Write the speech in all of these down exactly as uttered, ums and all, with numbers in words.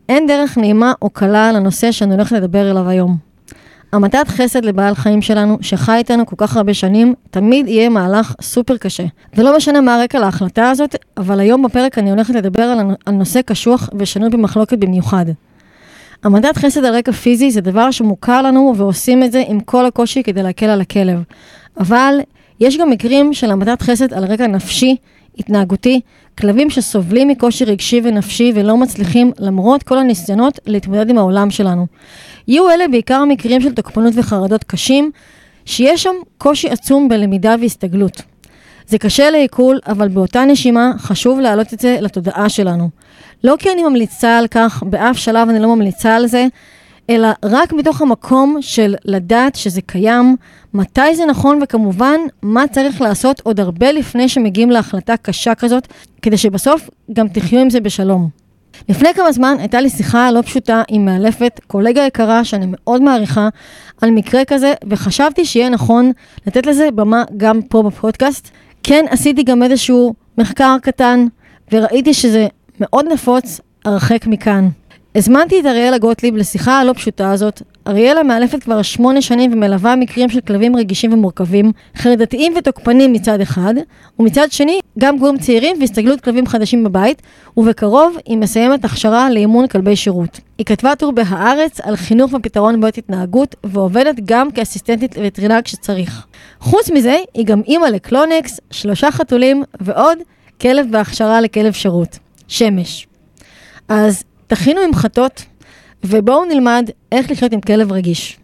אין דרך נעימה או קלה לנושא שאני הולך לדבר אליו היום. המתת חסד לבעל חיים שלנו, שחי איתנו כל כך הרבה שנים, תמיד יהיה מהלך סופר קשה. ולא משנה מה הרקע להחלטה הזאת, אבל היום בפרק אני הולכת לדבר על, על נושא קשוח ושנוי במחלוקת במיוחד. המתת חסד על רקע פיזי זה דבר שמוכר לנו ועושים את זה עם כל הקושי כדי להקל על הכלב. אבל יש גם מקרים של המתת חסד על רקע נפשי, התנהגותי, כלבים שסובלים מקושי רגשי ונפשי ולא מצליחים למרות כל הניסיונות להתמודד עם העולם שלנו. יהיו אלה בעיקר מקרים של תוקפנות וחרדות קשים, שיש שם קושי עצום בלמידה והסתגלות. זה קשה לעיכול, אבל באותה נשימה חשוב להעלות את זה לתודעה שלנו. לא כי אני ממליצה על כך, באף שלב אני לא ממליצה על זה, אלא רק מתוך המקום של לדעת שזה קיים, מתי זה נכון וכמובן מה צריך לעשות עוד הרבה לפני שמגיעים להחלטה קשה כזאת, כדי שבסוף גם תחיו עם זה בשלום. לפני כמה זמן הייתה לי שיחה לא פשוטה עם מאלפת, קולגה יקרה שאני מאוד מעריכה, על מקרה כזה, וחשבתי שיהיה נכון לתת לזה במה גם פה בפודקאסט. כן, עשיתי גם איזשהו מחקר קטן, וראיתי שזה מאוד נפוץ, הרחק מכאן. הזמנתי את אריאלה גוטליב לשיחה הלא פשוטה הזאת. אריאלה מאלפת כבר שמונה שנים ומלווה מקרים של כלבים רגישים ומורכבים, חרדתיים ותוקפנים מצד אחד, ומצד שני גם גורם צעירים והסתגלות כלבים חדשים בבית, ובקרוב היא מסיימת הכשרה לאימון כלבי שירות. היא כתבה טור בהארץ על חינוך ופתרון בעיות התנהגות, ועובדת גם כאסיסטנטית וטרינר כשצריך. חוץ מזה, היא גם אימא לקלונקס, שלושה חתולים ועוד כלב בהכשרה לכלב שירות. שמש. אז תכינו עם חטות, ובואו נלמד איך לחיות עם כלב רגיש.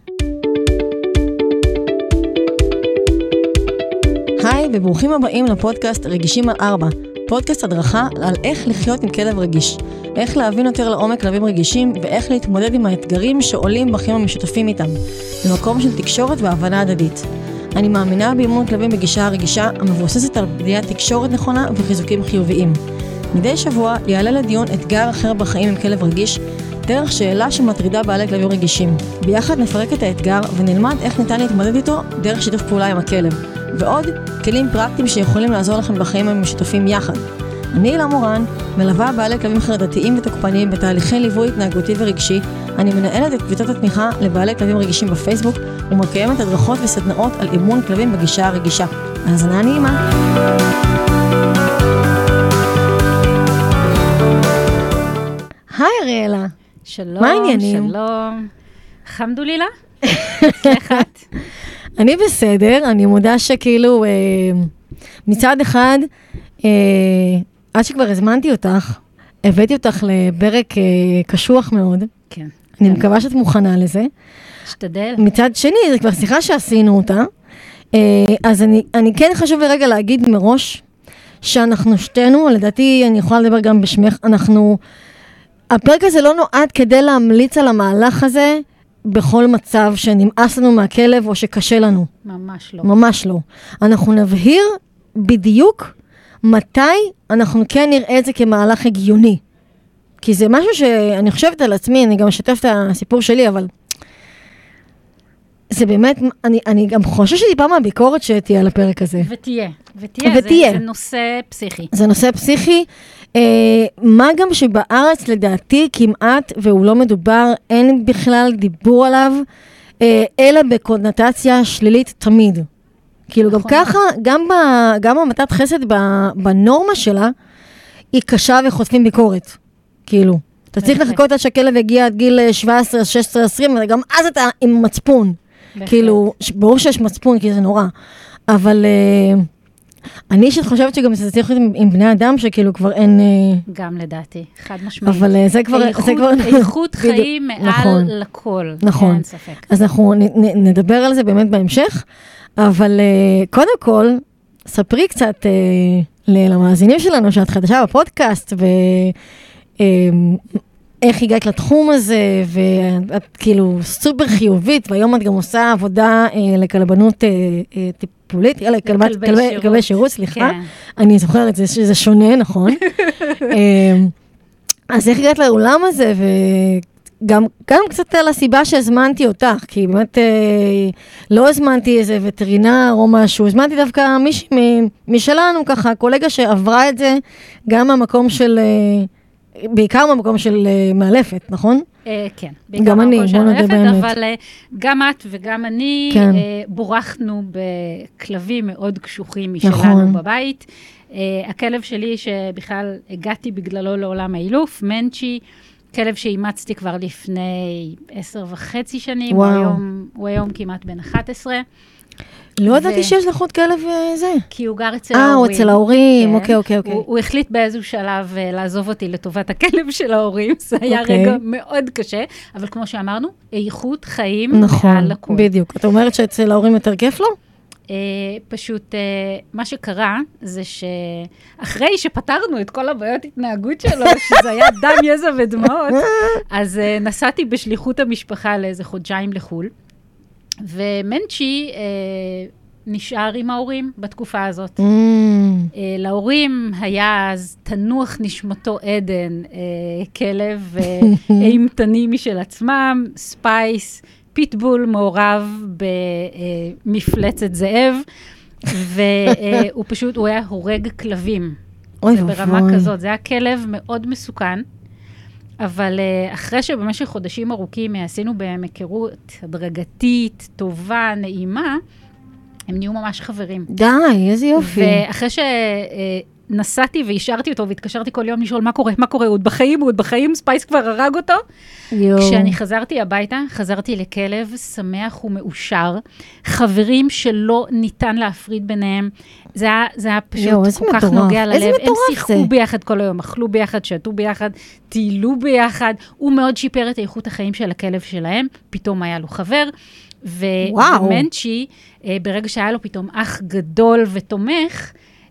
היי, וברוכים הבאים לפודקאסט רגישים על ארבע, פודקאסט הדרכה על איך לחיות עם כלב רגיש, איך להבין יותר לעומק כלבים רגישים, ואיך להתמודד עם האתגרים שעולים בחיים המשותפים איתם, במקום של תקשורת והבנה הדדית. אני מאמינה באימון כלבים בגישה הרגישה, המבוססת על בניית תקשורת נכונה וחיזוקים חיוביים. מדי שבוע יעלה לדיון אתגר אחר בחיים עם כלב רגיש, דרך שאלה שמטרידה בעלי כלבים רגישים. ביחד נפרק את האתגר ונלמד איך ניתן להתמודד איתו דרך שיתוף פעולה עם הכלב. ועוד כלים פרקטיים שיכולים לעזור לכם בחיים המשותפים יחד. אני אילה מורן, מלווה בעלי כלבים חרדתיים ותוקפניים בתהליכי ליווי התנהגותי ורגשי. אני מנהלת את קבוצת התמיכה לבעלי כלבים רגישים בפייסבוק, ומקיימת הדרכות וסדנאות על אימון כלבים בגישה הרגישה. האזנה נעימה. היי אריאלה. שלום, מה העניינים? שלום. חמדולילה? איך את? אני בסדר, אני מודה שכאילו אה, מצד אחד, אה, עד שכבר הזמנתי אותך, הבאתי אותך לפרק אה, קשוח מאוד. כן. אני כן. מקווה שאת מוכנה לזה. שתדל. מצד שני, זו כבר שיחה שעשינו אותה, אה, אז אני, אני כן חשוב לי רגע להגיד מראש, שאנחנו שתינו, לדעתי אני יכולה לדבר גם בשמך, אנחנו... הפרק הזה לא נועד כדי להמליץ על המהלך הזה בכל מצב שנמאס לנו מהכלב או שקשה לנו. ממש לא. ממש לא. אנחנו נבהיר בדיוק מתי אנחנו כן נראה את זה כמהלך הגיוני. כי זה משהו שאני חושבת על עצמי, אני גם אשתף את הסיפור שלי, אבל זה באמת, אני, אני גם חושבת שטיפה מהביקורת שתהיה על הפרק הזה. ותהיה. ותהיה. ותהיה. זה, זה נושא פסיכי. זה נושא פסיכי. אה, מה גם שבארץ לדעתי כמעט, והוא לא מדובר, אין בכלל דיבור עליו, אה, אלא בקונוטציה שלילית תמיד. כאילו נכון. גם ככה, גם, ב, גם המתת חסד ב, בנורמה שלה, היא קשה וחוטפים ביקורת. כאילו, אתה צריך לחכות עד שהכלב יגיע עד גיל שבע עשרה, שש עשרה, עשרים, וגם אז אתה עם מצפון. בהחלט. כאילו, ברור שיש מצפון, כי זה נורא. אבל... אה, אני אישית חושבת שגם זה צריך להיות עם, עם בני אדם שכאילו כבר אין... גם לדעתי, חד משמעית. אבל זה כבר... איכות, זה כבר... איכות חיים מעל נכון, לכל. נכון. אין ספק. אז אנחנו נ, נ, נדבר על זה באמת בהמשך, אבל uh, קודם כל, ספרי קצת uh, למאזינים שלנו שאת חדשה בפודקאסט, ואיך uh, הגעת לתחום הזה, ואת כאילו סופר חיובית, והיום את גם עושה עבודה uh, לכלבנות uh, uh, טיפולית, יאללה, כלבי שירות, סליחה. אני זוכרת, זה שונה, נכון? אז איך הגעת לעולם הזה, וגם קצת על הסיבה שהזמנתי אותך, כי באמת לא הזמנתי איזה וטרינר או משהו, הזמנתי דווקא מישהי משלנו ככה, קולגה שעברה את זה, גם מהמקום של בעיקר מהמקום של מאלפת, נכון? כן, גם אני, בוא נדע באמת. אבל גם את וגם אני בורחנו בכלבים מאוד קשוחים משלנו בבית. הכלב שלי שבכלל הגעתי בגללו לעולם האילוף, מנצ'י, כלב שאימצתי כבר לפני עשר וחצי שנים, הוא היום, הוא היום כמעט בן אחת עשרה. לא ידעתי שיש לך עוד כלב זה. כי הוא גר אצל ההורים. אה, הוא אצל ההורים, אוקיי, אוקיי, אוקיי. הוא החליט באיזשהו שלב לעזוב אותי לטובת הכלב של ההורים, זה היה רגע מאוד קשה, אבל כמו שאמרנו, איכות חיים מעל הכל. נכון, בדיוק. את אומרת שאצל ההורים יותר כיף לו? פשוט, מה שקרה זה שאחרי שפתרנו את כל הבעיות התנהגות שלו, שזה היה דם, יזע ודמעות, אז נסעתי בשליחות המשפחה לאיזה חודשיים לחול, ומנצ'י נשאר עם ההורים בתקופה הזאת. להורים היה אז תנוח נשמתו עדן, כלב אימתני משל עצמם, ספייס, פיטבול מעורב במפלצת זאב, והוא פשוט, הוא היה הורג כלבים. אוי ברמה כזאת, זה היה כלב מאוד מסוכן, אבל אחרי שבמשך חודשים ארוכים עשינו בהם היכרות הדרגתית, טובה, נעימה, הם נהיו ממש חברים. די, איזה יופי. ואחרי שנסעתי והשארתי אותו, והתקשרתי כל יום לשאול מה קורה, מה קורה, הוא עוד בחיים, הוא עוד בחיים, ספייס כבר הרג אותו. יו. כשאני חזרתי הביתה, חזרתי לכלב שמח ומאושר, חברים שלא ניתן להפריד ביניהם, זה היה, זה היה פשוט יו, כל כך מטורף. נוגע ללב. הם שיחקו זה. ביחד כל היום, אכלו ביחד, שתו ביחד, טיילו ביחד, הוא מאוד שיפר את איכות החיים של הכלב שלהם, פתאום היה לו חבר, ומנצ'י, ברגע שהיה לו פתאום אח גדול ותומך,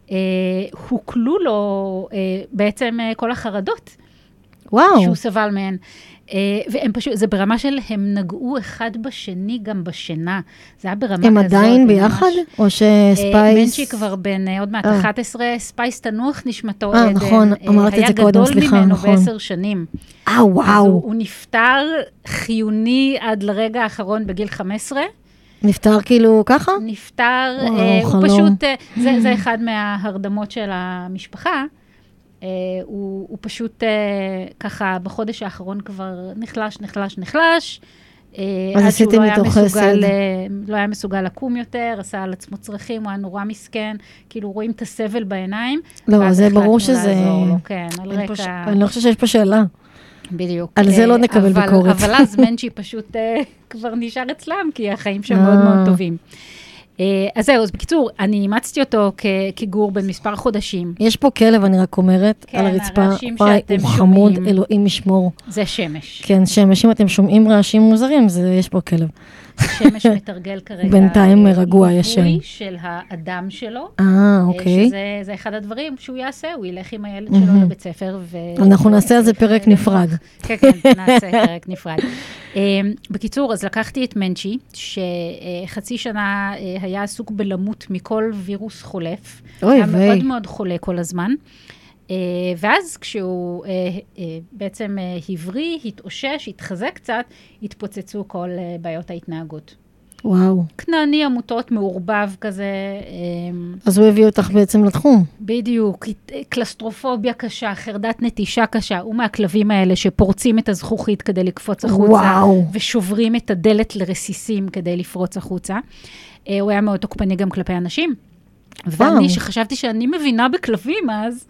הוקלו לו בעצם כל החרדות וואו. שהוא סבל מהן. והם פשוט, זה ברמה של, הם נגעו אחד בשני גם בשינה. זה היה ברמה כזאת. הם עדיין ביחד? או שספייס? מנצ'י כבר בין עוד מעט אחת עשרה, ספייס תנוח נשמתו עדן. אה, נכון, אמרת את זה קודם, סליחה, נכון. היה גדול ממנו בעשר שנים. אה, וואו. הוא נפטר חיוני עד לרגע האחרון בגיל חמש עשרה. נפטר כאילו ככה? נפטר, הוא פשוט, זה אחד מההרדמות של המשפחה. הוא, הוא פשוט ככה בחודש האחרון כבר נחלש, נחלש, נחלש. אז עשיתם איתו חסד. לא היה מסוגל לקום יותר, עשה על עצמו צרכים, הוא היה נורא מסכן, כאילו רואים את הסבל בעיניים. לא, זה ברור שזה... לו, כן, על רקע... פה, אני לא חושבת שיש פה שאלה. בדיוק. על זה לא נקבל אבל, ביקורת. אבל אז מנצ'י פשוט כבר נשאר אצלם, כי החיים שם מאוד מאוד טובים. אז זהו, אז בקיצור, אני אימצתי אותו כגור בין מספר חודשים. יש פה כלב, אני רק אומרת, על הרצפה, וואי, הוא חמוד, אלוהים ישמור. זה שמש. כן, שמש, אם אתם שומעים רעשים מוזרים, יש פה כלב. שמש מתרגל כרגע. בינתיים רגוע, ישן. ליווי של האדם שלו. אה, אוקיי. שזה אחד הדברים שהוא יעשה, הוא ילך עם הילד שלו לבית ספר. אנחנו נעשה על זה פרק נפרד. כן, כן, נעשה פרק נפרד. בקיצור, אז לקחתי את מנצ'י, שחצי שנה היה עסוק בלמות מכל וירוס חולף. אוי, היה ויי. מאוד מאוד חולה כל הזמן. ואז כשהוא בעצם הבריא, התאושש, התחזק קצת, התפוצצו כל בעיות ההתנהגות. וואו. כנעני עמותות מעורבב כזה. אז הוא הביא אותך בעצם לתחום. בדיוק, קלסטרופוביה קשה, חרדת נטישה קשה, הוא מהכלבים האלה שפורצים את הזכוכית כדי לקפוץ החוצה, וואו. ושוברים את הדלת לרסיסים כדי לפרוץ החוצה. הוא היה מאוד תוקפני גם כלפי אנשים. ואני, שחשבתי שאני מבינה בכלבים אז,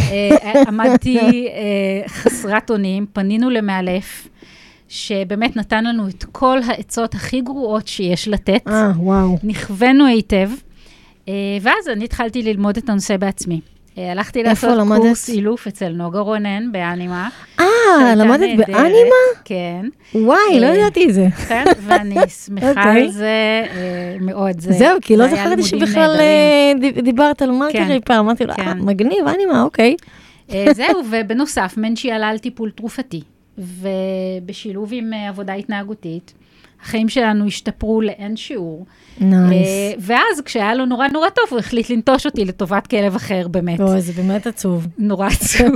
עמדתי חסרת אונים, פנינו למאלף, שבאמת נתן לנו את כל העצות הכי גרועות שיש לתת. אה, וואו. נכוונו היטב, ואז אני התחלתי ללמוד את הנושא בעצמי. הלכתי לעשות קורס אילוף אצל נוגה רונן באנימה. אה, למדת באנימה? כן. וואי, לא ידעתי את זה. כן, ואני שמחה על זה מאוד. זהו, כי לא זכרתי שבכלל דיברת על מרקרי פעם, אמרתי לו, מגניב, אנימה, אוקיי. זהו, ובנוסף, מנצ'י עלה על טיפול תרופתי, ובשילוב עם עבודה התנהגותית, החיים שלנו השתפרו לאין שיעור. נייס. ואז כשהיה לו נורא נורא טוב, הוא החליט לנטוש אותי לטובת כלב אחר באמת. אוי, זה באמת עצוב. נורא עצוב.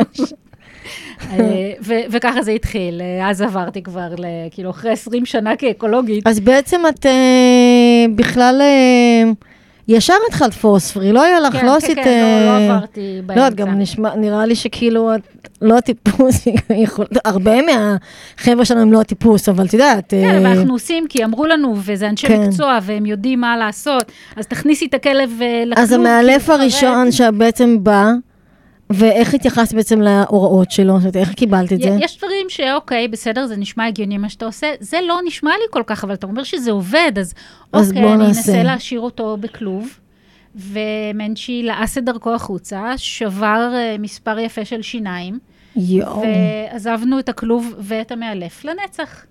וככה זה התחיל. אז עברתי כבר, כאילו, אחרי עשרים שנה כאקולוגית. אז בעצם את בכלל ישר התחלת פוספרי, לא היה לך, כן, לא כן, עשית... כן, לא, לא עברתי באמצע. לא, גם נשמע, נראה לי שכאילו, את לא הטיפוס, יכול, הרבה מהחבר'ה שלנו הם לא הטיפוס, אבל את יודעת... כן, אבל אנחנו עושים, כי אמרו לנו, וזה אנשי כן. מקצוע, והם יודעים מה לעשות, אז תכניסי את הכלב לכלוב. אז המאלף הראשון שבעצם בא, ואיך התייחסת בעצם להוראות שלו? זאת אומרת, איך קיבלת את זה? יש דברים שאוקיי, בסדר, זה נשמע הגיוני מה שאתה עושה, זה לא נשמע לי כל כך, אבל אתה אומר שזה עובד, אז, אז אוקיי, אני אנסה להשאיר אותו בכלוב, ומנצ'י לעס את דרכו החוצה, שבר uh, מספר יפה של שיניים, יואו. ועזבנו את הכלוב ואת המאלף לנצח.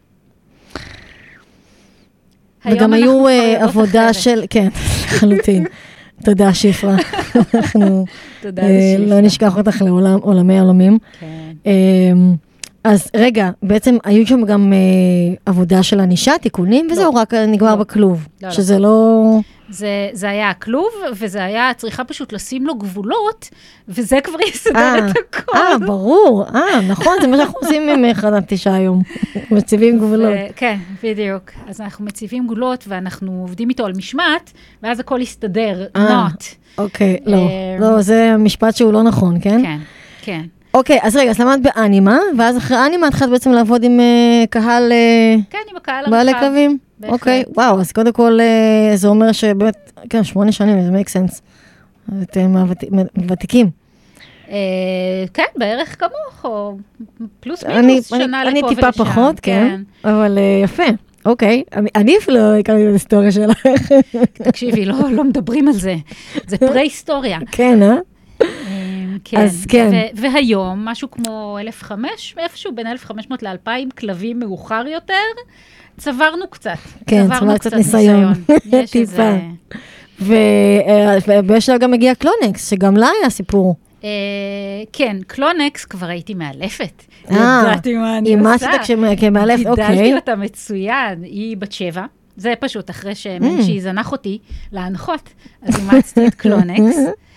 וגם היו uh, עבודה אחרת. של, כן, חלוטין. תודה, שפרה. אנחנו תודה, uh, שפרה. לא נשכח אותך לעולם, עולמי עולמים. כן. Uh, אז רגע, בעצם היו שם גם uh, עבודה של ענישה, תיקונים, לא. וזהו רק נגמר לא. בכלוב. לא, שזה לא. לא... זה, זה היה הכלוב, וזה היה צריכה פשוט לשים לו גבולות, וזה כבר יסדר את הכל. אה, ברור. אה, נכון, זה מה שאנחנו עושים עם אחד עד תשעה היום. מציבים גבולות. כן, בדיוק. אז אנחנו מציבים גבולות, ואנחנו עובדים איתו על משמעת, ואז הכל יסתדר, not. אוקיי, לא. לא, זה משפט שהוא לא נכון, כן? כן, כן. אוקיי, אז רגע, אז למדת באנימה, ואז אחרי אנימה התחלת בעצם לעבוד עם קהל... כן, עם הקהל הרחב. בעלי כלבים? אוקיי, וואו, אז קודם כל זה אומר שבאמת, כן, שמונה שנים, זה make sense. אתם ותיקים. כן, בערך כמוך, או פלוס מינוס שנה לפה ולשם. אני טיפה פחות, כן, אבל יפה. אוקיי, אני אפילו לא הכרתי את ההיסטוריה שלך. תקשיבי, לא מדברים על זה. זה פרה-היסטוריה. כן, אה? כן. אז כן. והיום, משהו כמו אלף וחמש מאות, איפשהו בין אלף וחמש מאות לאלפיים כלבים מאוחר יותר, צברנו קצת. כן, צברנו קצת ניסיון. טיפה. ויש לה גם מגיע קלונקס, שגם לה היה סיפור. כן, קלונקס כבר הייתי מאלפת. ידעתי מה אני עושה. אימצת כמאלפת, אוקיי. גידלתי אותה מצוין, היא בת שבע. זה פשוט אחרי שמנצ'י זנח אותי להנחות, אז אימצתי את קלונקס.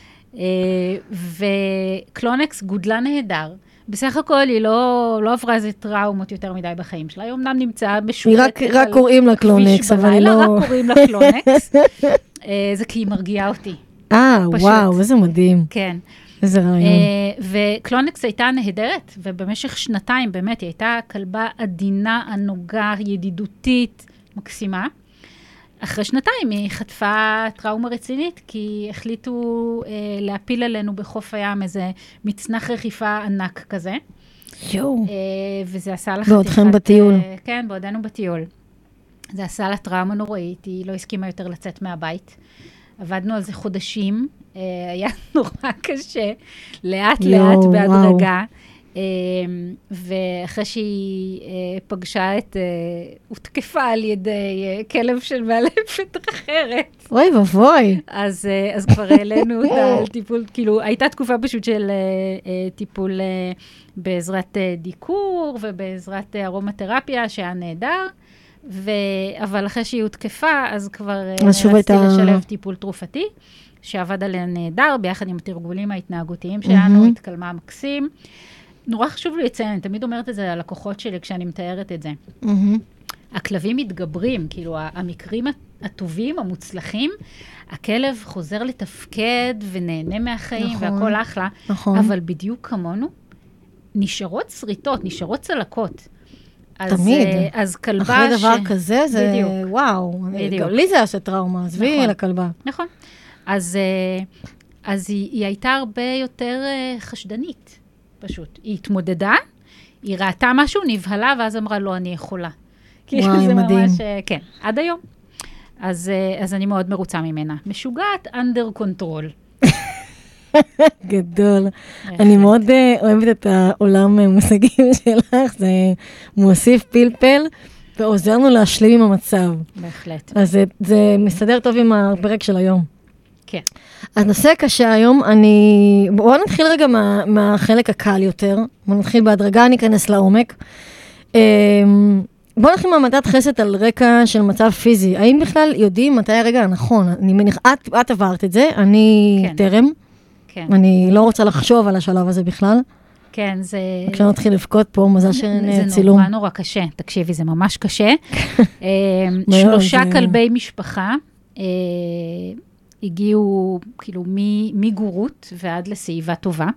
וקלונקס גודלה נהדר. בסך הכל היא לא, לא עברה איזה טראומות יותר מדי בחיים שלה. היא אומנם נמצאה בשורט. היא רק קוראים לה קלונקס, אבל היא לא... רק קוראים לה קלונקס. זה כי היא מרגיעה אותי. אה, וואו, איזה מדהים. כן. איזה רעיון. וקלונקס הייתה נהדרת, ובמשך שנתיים באמת היא הייתה כלבה עדינה, ענוגה, ידידותית, מקסימה. אחרי שנתיים היא חטפה טראומה רצינית, כי החליטו אה, להפיל עלינו בחוף הים איזה מצנח רכיפה ענק כזה. יואו. אה, וזה עשה לה חתיכת... בעודכם בטיול. אה, כן, בעודנו בטיול. זה עשה לה טראומה נוראית, היא לא הסכימה יותר לצאת מהבית. עבדנו על זה חודשים, אה, היה נורא קשה, לאט לאט בהדרגה. ואחרי שהיא פגשה את, הותקפה על ידי כלב של מאלפת אחרת. אוי ובוי. אז, אז כבר העלינו אותה על טיפול, כאילו, הייתה תקופה פשוט של טיפול בעזרת דיקור ובעזרת ארומתרפיה שהיה נהדר, ו... אבל אחרי שהיא הותקפה, אז כבר רציתי לשלב טיפול תרופתי, שעבד עליה נהדר, ביחד עם התרגולים ההתנהגותיים שלנו, mm-hmm. התקלמה מקסים. נורא חשוב לי לציין, אני תמיד אומרת את זה על לקוחות שלי כשאני מתארת את זה. Mm-hmm. הכלבים מתגברים, כאילו המקרים הטובים, המוצלחים, הכלב חוזר לתפקד ונהנה מהחיים נכון, והכל אחלה, נכון. אבל בדיוק כמונו, נשארות שריטות, נשארות צלקות. תמיד. אז, אז כלבה אחרי דבר ש... כזה, זה בדיוק. וואו. בדיוק. לי זה עושה טראומה, עזבי נכון. לכלבה. נכון. אז, אז היא, היא הייתה הרבה יותר חשדנית. פשוט. היא התמודדה, היא ראתה משהו, נבהלה, ואז אמרה, לא, אני יכולה. וואי, מדהים. ממש, כן, עד היום. אז, אז אני מאוד מרוצה ממנה. משוגעת, under control. גדול. אני מאוד אוהבת את העולם המושגים שלך, זה מוסיף פלפל, ועוזר לנו להשלים עם המצב. בהחלט. אז זה, זה מסדר טוב עם הפרק של היום. כן. אז נושא קשה היום, אני... בואו נתחיל רגע מה, מהחלק הקל יותר. בואו נתחיל בהדרגה, ניכנס לעומק. בואו נתחיל מהמתת חסד על רקע של מצב פיזי. האם בכלל יודעים מתי הרגע הנכון? אני מניח, את, את עברת את זה, אני כן. תרם. כן. אני לא רוצה לחשוב על השלב הזה בכלל. כן, זה... כשאני נתחיל לבכות פה, מזל שאין צילום. זה נורא נורא קשה. תקשיבי, זה ממש קשה. שלושה כלבי משפחה, הגיעו כאילו מגורות ועד לסעיבה טובה.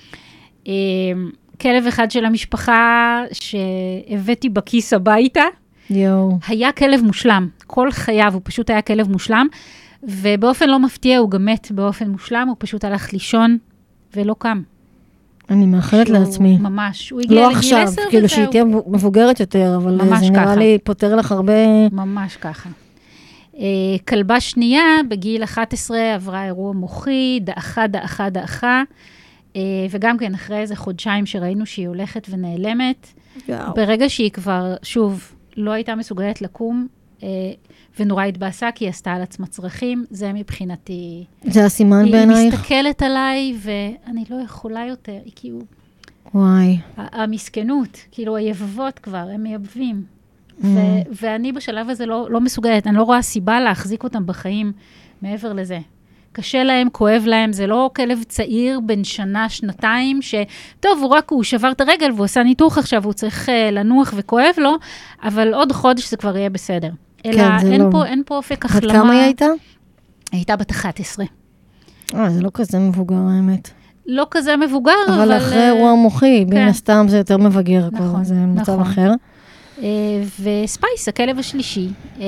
כלב אחד של המשפחה שהבאתי בכיס הביתה, יו. היה כלב מושלם. כל חייו הוא פשוט היה כלב מושלם, ובאופן לא מפתיע הוא גם מת באופן מושלם, הוא פשוט הלך לישון ולא קם. אני מאחלת לעצמי. ממש, הוא הגיע לגיל עשר וזהו. לא עכשיו, כאילו שהיא תהיה מבוגרת יותר, אבל זה נראה לי פותר לך הרבה... ממש ככה. כלבה שנייה, בגיל אחת עשרה עברה אירוע מוחי, דאחה, דאחה, דאחה, וגם כן אחרי איזה חודשיים שראינו שהיא הולכת ונעלמת, ברגע שהיא כבר, שוב, לא הייתה מסוגלת לקום, ונורא התבאסה, כי היא עשתה על עצמה צרכים, זה מבחינתי... זה הסימן בעינייך? היא מסתכלת עליי, ואני לא יכולה יותר, היא כאילו... וואי. המסכנות, כאילו היבבות כבר, הם מייבבים. ואני בשלב הזה לא מסוגלת, אני לא רואה סיבה להחזיק אותם בחיים מעבר לזה. קשה להם, כואב להם, זה לא כלב צעיר בין שנה, שנתיים, שטוב, הוא רק, הוא שבר את הרגל, והוא עושה ניתוח עכשיו, הוא צריך לנוח וכואב לו, אבל עוד חודש זה כבר יהיה בסדר. אלא אין פה, אין פה אופק החלמה. עד כמה היא הייתה? הייתה בת אחת עשרה. אה, זה לא כזה מבוגר, האמת. לא כזה מבוגר, אבל... אבל אחרי אירוע מוחי, בין הסתם זה יותר מבגר כבר, זה מצב אחר. וספייס, הכלב השלישי,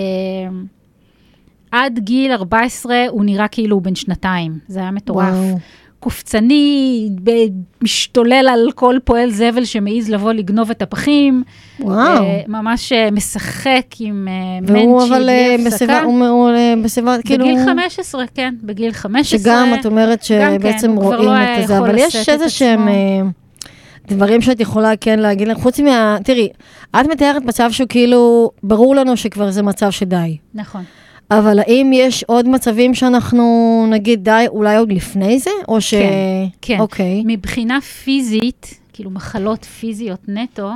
עד גיל ארבע עשרה הוא נראה כאילו הוא בן שנתיים. זה היה מטורף. וואו. קופצני, משתולל על כל פועל זבל שמעיז לבוא לגנוב את הפחים. וואו. ממש משחק עם מנצ'י. והוא אבל בסביבה, הוא בסביבה, כאילו... בגיל חמש עשרה, כן, בגיל חמש עשרה. שגם את אומרת שבעצם רואים את זה, אבל יש איזה שהם... דברים שאת יכולה כן להגיד לך, חוץ מה... תראי, את מתארת מצב שהוא כאילו, ברור לנו שכבר זה מצב שדי. נכון. אבל האם יש עוד מצבים שאנחנו נגיד די, אולי עוד לפני זה? או ש... כן, כן. אוקיי. מבחינה פיזית, כאילו מחלות פיזיות נטו,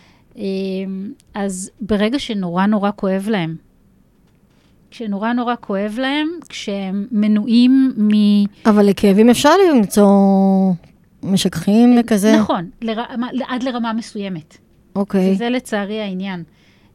אז ברגע שנורא נורא כואב להם, כשנורא נורא כואב להם, כשהם מנועים מ... אבל לכאבים אפשר למצוא משככים וכזה? נכון, לרמה, עד לרמה מסוימת. אוקיי. וזה לצערי העניין.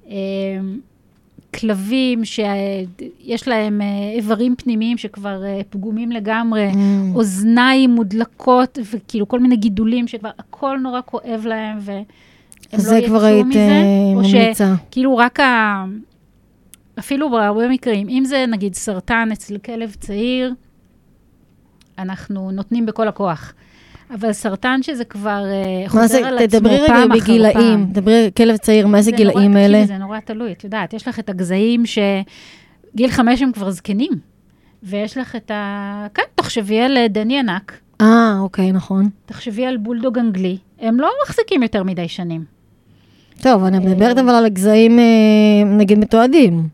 כלבים שיש להם איברים פנימיים שכבר פגומים לגמרי, mm. אוזניים מודלקות, וכאילו כל מיני גידולים שכבר הכל נורא כואב להם, והם לא יצאו מזה. או שכאילו רק ה... אפילו בהרבה מקרים, אם זה נגיד סרטן אצל כלב צעיר, אנחנו נותנים בכל הכוח. אבל סרטן שזה כבר חוזר על עצמו פעם אחר פעם. תדברי כלב צעיר, מה זה גילאים האלה? זה נורא תלוי, את יודעת, יש לך את הגזעים שגיל חמש הם כבר זקנים, ויש לך את ה... כן, תחשבי על דני ענק. אה, אוקיי, נכון. תחשבי על בולדוג אנגלי, הם לא מחזיקים יותר מדי שנים. טוב, אני מדברת אבל על הגזעים, נגיד, מתועדים.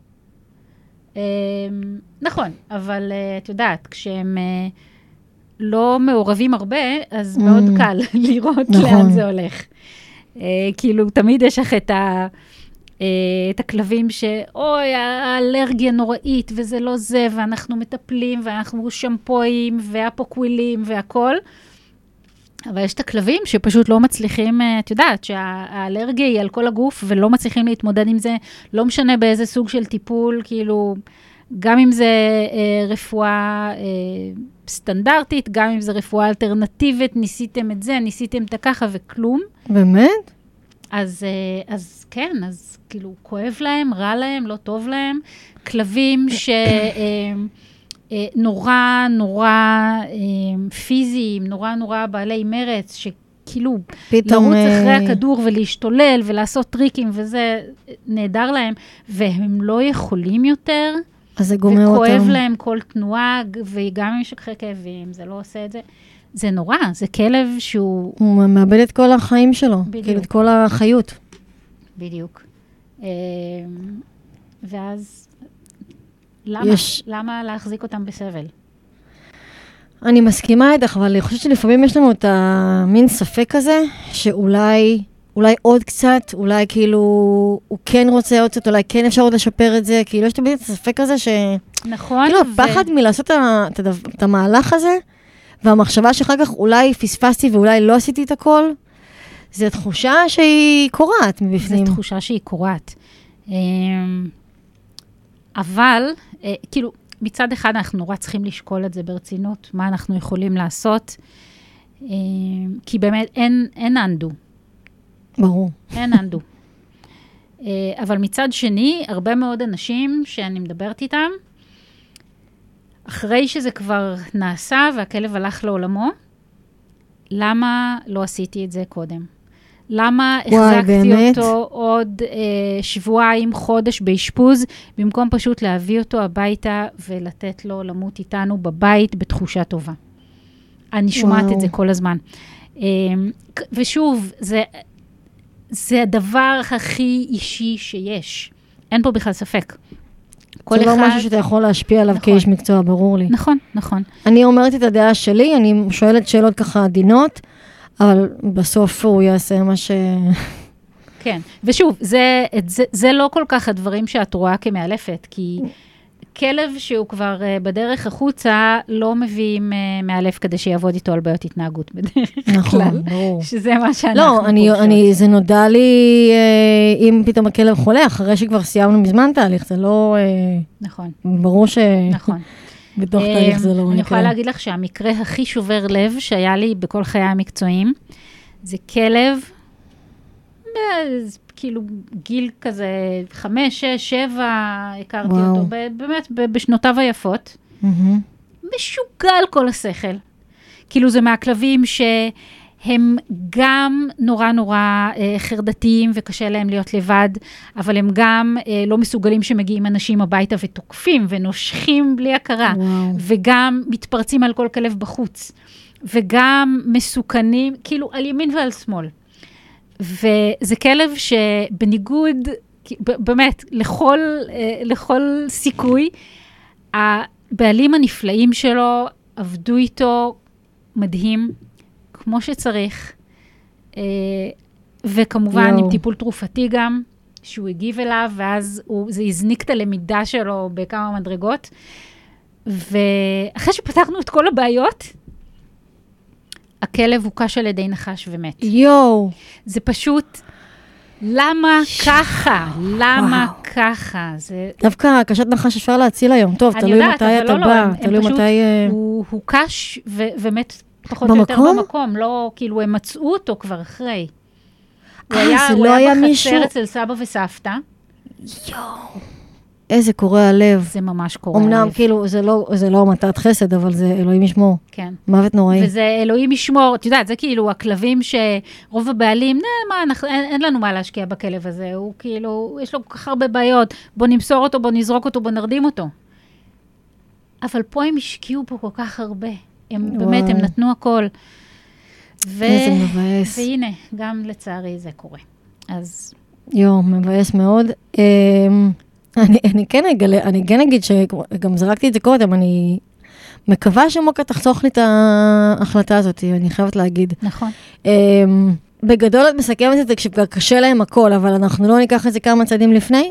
נכון, אבל את יודעת, כשהם... לא מעורבים הרבה, אז מאוד קל לראות לאן זה הולך. כאילו, תמיד יש לך את הכלבים שאוי, האלרגיה נוראית, וזה לא זה, ואנחנו מטפלים, ואנחנו שמפויים, והפוקווילים, והכל. אבל יש את הכלבים שפשוט לא מצליחים, את יודעת, שהאלרגיה היא על כל הגוף, ולא מצליחים להתמודד עם זה, לא משנה באיזה סוג של טיפול, כאילו... גם אם זה אה, רפואה אה, סטנדרטית, גם אם זה רפואה אלטרנטיבית, ניסיתם את זה, ניסיתם את ככה וכלום. באמת? אז, אה, אז כן, אז כאילו כואב להם, רע להם, לא טוב להם. כלבים שנורא אה, אה, נורא אה, פיזיים, נורא נורא בעלי מרץ, שכאילו לרוץ אה... אחרי הכדור ולהשתולל ולעשות טריקים וזה נהדר להם, והם לא יכולים יותר... אז זה גומר אותם. וכואב להם כל תנועה, וגם אם יש שכחי כאבים, זה לא עושה את זה. זה נורא, זה כלב שהוא... הוא מאבד את כל החיים שלו, בדיוק. כאילו את כל החיות. בדיוק. ואז, למה? יש... למה להחזיק אותם בסבל? אני מסכימה איתך, אבל אני חושבת שלפעמים יש לנו את המין ספק הזה, שאולי... אולי עוד קצת, אולי כאילו, הוא כן רוצה עוד קצת, אולי כן אפשר עוד לשפר את זה, כאילו יש תמיד את הספק הזה ש... נכון. כאילו הפחד ו... מלעשות את, את, את המהלך הזה, והמחשבה שאחר כך אולי פספסתי ואולי לא עשיתי את הכל, זו תחושה שהיא קורעת מבפנים. זו תחושה שהיא קורעת. אבל, כאילו, מצד אחד אנחנו נורא צריכים לשקול את זה ברצינות, מה אנחנו יכולים לעשות, כי באמת אין, אין אנדו. ברור. אין אנדו. אבל מצד שני, הרבה מאוד אנשים שאני מדברת איתם, אחרי שזה כבר נעשה והכלב הלך לעולמו, למה לא עשיתי את זה קודם? למה החזקתי אותו עוד אה, שבועיים, חודש באשפוז, במקום פשוט להביא אותו הביתה ולתת לו למות איתנו בבית בתחושה טובה. אני שומעת וואו. את זה כל הזמן. אה, ושוב, זה, זה הדבר הכי אישי שיש. אין פה בכלל ספק. זה אחד... לא משהו שאתה יכול להשפיע עליו נכון. כאיש מקצוע, ברור לי. נכון, נכון. אני אומרת את הדעה שלי, אני שואלת שאלות ככה עדינות, אבל בסוף הוא יעשה מה ש... כן, ושוב, זה, זה, זה לא כל כך הדברים שאת רואה כמאלפת, כי כלב שהוא כבר בדרך החוצה, לא מביאים מאלף כדי שיעבוד איתו על בעיות התנהגות בדרך כלל. נכון, ברור. שזה מה שאנחנו לא, אני, אני, זה נודע לי, אם פתאום הכלב חולה, אחרי שכבר סיימנו מזמן תהליך, זה לא... נכון. ברור ש... נכון. בתוך תהליך זה לא... אני יכולה להגיד לך שהמקרה הכי שובר לב שהיה לי בכל חיי המקצועיים, זה כלב, כאילו גיל כזה, חמש, שש, שבע, הכרתי אותו, באמת בשנותיו היפות, משוגע על כל השכל. כאילו זה מהכלבים שהם גם נורא נורא חרדתיים וקשה להם להיות לבד, אבל הם גם לא מסוגלים שמגיעים אנשים הביתה ותוקפים ונושכים בלי הכרה, וגם מתפרצים על כל כלב בחוץ, וגם מסוכנים, כאילו על ימין ועל שמאל. וזה כלב שבניגוד, באמת, לכל, לכל סיכוי, הבעלים הנפלאים שלו עבדו איתו מדהים, כמו שצריך, וכמובן עם טיפול תרופתי גם, שהוא הגיב אליו, ואז הוא, זה הזניק את הלמידה שלו בכמה מדרגות, ואחרי שפתחנו את כל הבעיות, הכלב הוקש על ידי נחש ומת. יואו. זה פשוט, למה ככה? למה ככה? דווקא הקשת נחש אפשר להציל היום. טוב, תלוי מתי אתה בא, תלוי מתי... הוא הוקש ומת פחות או יותר במקום, לא, כאילו הם מצאו אותו כבר אחרי. הוא היה בחצר אצל סבא וסבתא. יואו. איזה קורע הלב. זה ממש קורע הלב. אמנם, כאילו, זה לא, זה לא מתת חסד, אבל זה אלוהים ישמור. כן. מוות נוראי. וזה אלוהים ישמור, את יודעת, זה כאילו הכלבים שרוב הבעלים, נה, מה, אנחנו, אין, אין לנו מה להשקיע בכלב הזה, הוא כאילו, יש לו כל כך הרבה בעיות, בוא נמסור אותו, בוא נזרוק אותו, בוא נרדים אותו. אבל פה הם השקיעו פה כל כך הרבה. הם וואי. באמת, הם נתנו הכל. ו... איזה מבאס. והנה, גם לצערי זה קורה. אז... יו, מבאס מאוד. אני, אני כן אגלה, אני כן אגיד שגם זרקתי את זה קודם, אני מקווה שמוקה תחסוך לי את ההחלטה הזאת, אני חייבת להגיד. נכון. בגדול את מסכמת את זה כשכבר קשה להם הכל, אבל אנחנו לא ניקח את זה כמה צעדים לפני?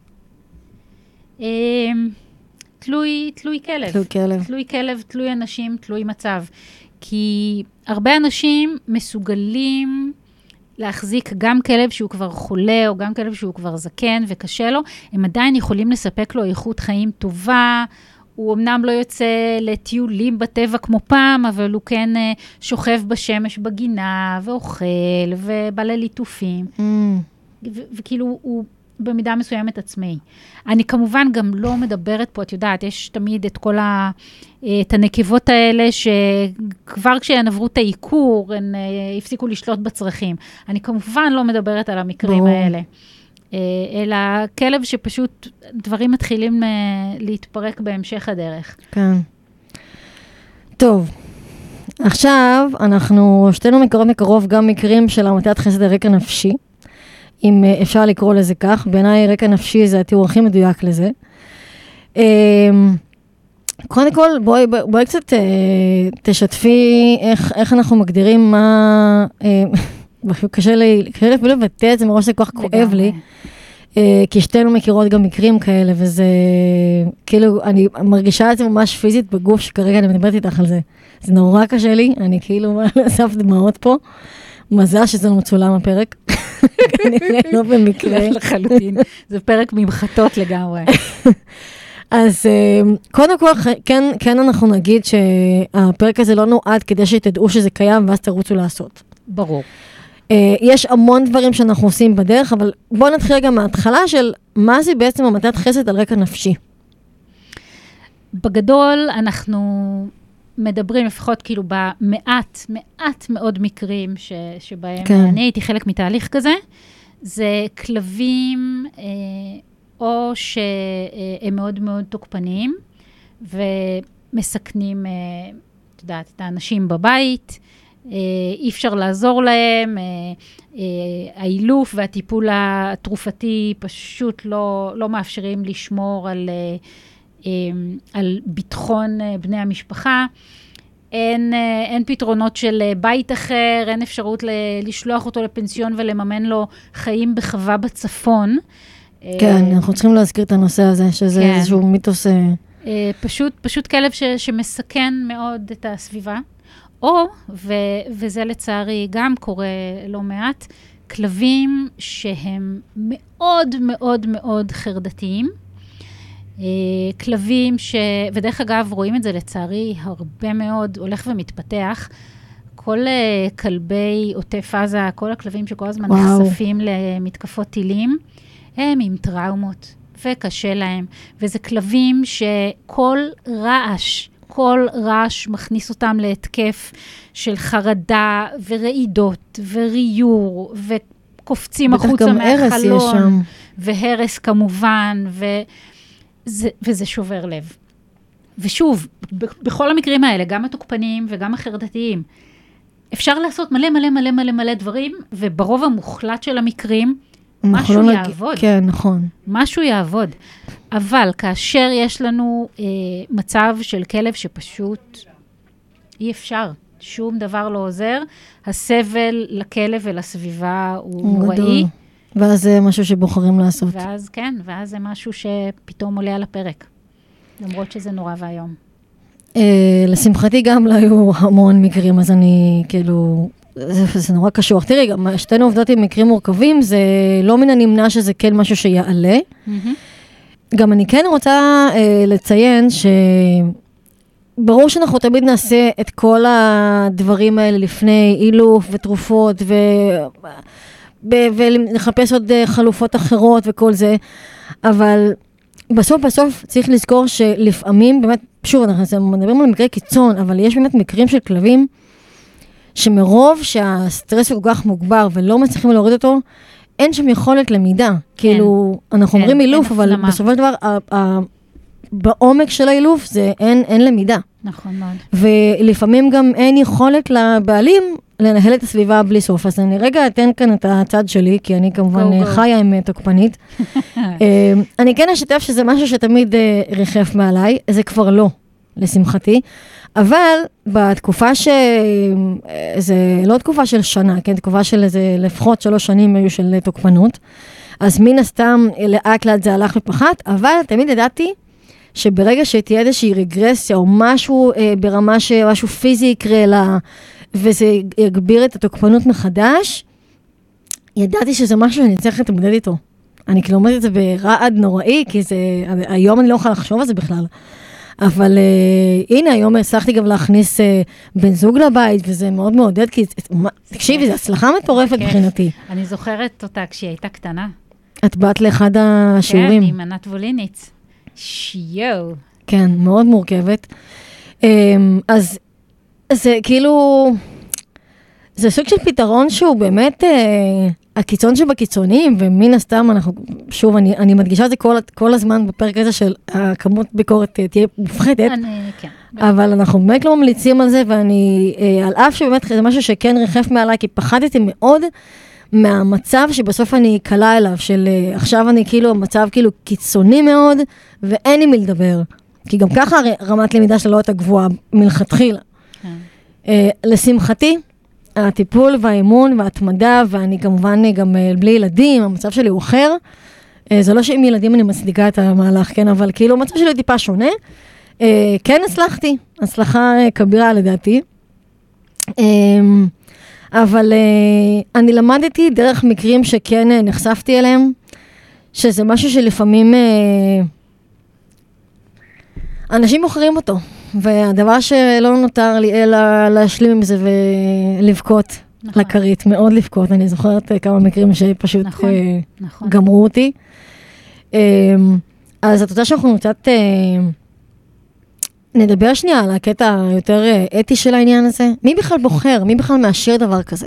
תלוי, תלוי כלב. תלוי כלב. תלוי כלב, תלוי אנשים, תלוי מצב. כי הרבה אנשים מסוגלים להחזיק גם כלב שהוא כבר חולה, או גם כלב שהוא כבר זקן וקשה לו, הם עדיין יכולים לספק לו איכות חיים טובה, הוא אמנם לא יוצא לטיולים בטבע כמו פעם, אבל הוא כן שוכב בשמש בגינה, ואוכל, ובא לליטופים. Mm. ו- וכאילו הוא במידה מסוימת עצמאי. אני כמובן גם לא מדברת פה, את יודעת, יש תמיד את כל ה... את הנקבות האלה שכבר כשהן עברו את העיקור, הן הפסיקו לשלוט בצרכים. אני כמובן לא מדברת על המקרים בוא. האלה. אלא כלב שפשוט דברים מתחילים להתפרק בהמשך הדרך. כן. טוב. עכשיו אנחנו שתינו מקרוב מקרוב גם מקרים של עמותת חסד הרקע נפשי. אם אפשר לקרוא לזה כך. בעיניי רקע נפשי זה התיאור הכי מדויק לזה. קודם כל, בואי, בואי קצת תשתפי איך, איך אנחנו מגדירים מה, קשה לי, קשה לי אפילו לבטא את זה מראש, זה כל כך כואב לי, כי שתינו מכירות גם מקרים כאלה, וזה, כאילו, אני מרגישה את זה ממש פיזית בגוף, שכרגע אני מדברת איתך על זה. זה נורא קשה לי, אני כאילו אסף דמעות פה, מזל שזה לא מצולם הפרק, כנראה לא במקרה. לחלוטין, זה פרק ממחטות לגמרי. אז קודם כל, כן, כן אנחנו נגיד שהפרק הזה לא נועד כדי שתדעו שזה קיים, ואז תרוצו לעשות. ברור. יש המון דברים שאנחנו עושים בדרך, אבל בואו נתחיל רגע מההתחלה של מה זה בעצם המתת חסד על רקע נפשי. בגדול אנחנו מדברים לפחות כאילו במעט, מעט מאוד מקרים ש, שבהם כן. אני הייתי חלק מתהליך כזה, זה כלבים אה, או שהם מאוד מאוד תוקפניים ומסכנים, אה, את יודעת, את האנשים בבית, אה, אי אפשר לעזור להם, אה, אה, האילוף והטיפול התרופתי פשוט לא, לא מאפשרים לשמור על... אה, על ביטחון בני המשפחה, אין, אין פתרונות של בית אחר, אין אפשרות לשלוח אותו לפנסיון ולממן לו חיים בחווה בצפון. כן, אנחנו צריכים להזכיר את הנושא הזה, שזה כן. איזשהו מיתוס... פשוט, פשוט כלב ש, שמסכן מאוד את הסביבה, או, ו, וזה לצערי גם קורה לא מעט, כלבים שהם מאוד מאוד מאוד חרדתיים, כלבים ש... ודרך אגב, רואים את זה לצערי הרבה מאוד, הולך ומתפתח. כל כלבי עוטף עזה, כל הכלבים שכל הזמן וואו. נחשפים למתקפות טילים, הם עם טראומות, וקשה להם. וזה כלבים שכל רעש, כל רעש מכניס אותם להתקף של חרדה ורעידות וריור, וקופצים החוצה מהחלון, והרס כמובן, ו... זה, וזה שובר לב. ושוב, ב- בכל המקרים האלה, גם התוקפניים וגם החרדתיים, אפשר לעשות מלא מלא מלא מלא מלא דברים, וברוב המוחלט של המקרים, משהו לא יעבוד. נג... כן, נכון. משהו יעבוד. אבל כאשר יש לנו אה, מצב של כלב שפשוט אי אפשר, שום דבר לא עוזר, הסבל לכלב ולסביבה הוא נוראי. ואז זה משהו שבוחרים לעשות. ואז כן, ואז זה משהו שפתאום עולה על הפרק. למרות שזה נורא והיום. לשמחתי גם לא היו המון מקרים, אז אני כאילו, זה נורא קשוח. תראי, גם שתינו עובדות עם מקרים מורכבים, זה לא מן הנמנע שזה כן משהו שיעלה. גם אני כן רוצה לציין שברור שאנחנו תמיד נעשה את כל הדברים האלה לפני אילוף ותרופות ו... ולחפש עוד חלופות אחרות וכל זה, אבל בסוף בסוף צריך לזכור שלפעמים, באמת, שוב, אנחנו מדברים על מקרי קיצון, אבל יש באמת מקרים של כלבים, שמרוב שהסטרס הוא כל כך מוגבר ולא מצליחים להוריד אותו, אין שם יכולת למידה. כאילו, אנחנו אומרים אילוף, אבל בסופו של דבר, בעומק של האילוף זה אין למידה. נכון מאוד. ולפעמים גם אין יכולת לבעלים לנהל את הסביבה בלי סוף. אז אני רגע אתן כאן את הצד שלי, כי אני כמובן חיה עם תוקפנית. אני כן אשתף שזה משהו שתמיד ריחף מעליי, זה כבר לא, לשמחתי. אבל בתקופה ש... זה לא תקופה של שנה, כן? תקופה של איזה לפחות שלוש שנים היו של תוקפנות. אז מן הסתם לאט לאט זה הלך ופחת, אבל תמיד ידעתי שברגע שתהיה איזושהי רגרסיה או משהו אה, ברמה שמשהו פיזי יקרה לה, וזה יגביר את התוקפנות מחדש, ידעתי שזה משהו שאני צריך להתמודד איתו. אני כאילו אומרת את זה ברעד נוראי, כי זה, היום אני לא יכולה לחשוב על זה בכלל. אבל אה, הנה, היום הצלחתי גם להכניס אה, בן זוג לבית, וזה מאוד מעודד, כי תקשיבי, זו הצלחה מטורפת מבחינתי. אני זוכרת אותה כשהיא הייתה קטנה. את באת לאחד השיעורים. כן, עם ענת ווליניץ. שיו. כן, מאוד מורכבת. אז זה כאילו, זה סוג של פתרון שהוא באמת הקיצון שבקיצונים, ומן הסתם אנחנו, שוב, אני, אני מדגישה את זה כל, כל הזמן בפרק הזה של הכמות ביקורת תהיה מופחתת, אני, כן. אבל אנחנו באמת לא ממליצים על זה, ואני, על אף שבאמת זה משהו שכן ריחף מעליי, כי פחדתי מאוד מהמצב שבסוף אני קלה אליו, של עכשיו אני כאילו, מצב כאילו קיצוני מאוד, ואין לי מי לדבר. כי גם ככה רמת למידה שלה לא הייתה גבוהה מלכתחילה. לשמחתי, הטיפול והאימון וההתמדה, ואני כמובן גם בלי ילדים, המצב שלי הוא אחר. זה לא שעם ילדים אני מצדיקה את המהלך, כן, אבל כאילו המצב שלי טיפה שונה. כן הצלחתי, הצלחה כבירה לדעתי. אבל אני למדתי דרך מקרים שכן נחשפתי אליהם, שזה משהו שלפעמים אנשים מוכרים אותו, והדבר שלא נותר לי אלא להשלים עם זה ולבכות נכון. לכרית, מאוד לבכות. אני זוכרת כמה מקרים שפשוט נכון, אה, נכון. גמרו אותי. אה, אז את רוצה שאנחנו קצת אה, נדבר שנייה על הקטע היותר אה, אתי של העניין הזה? מי בכלל בוחר? מי בכלל מאשר דבר כזה?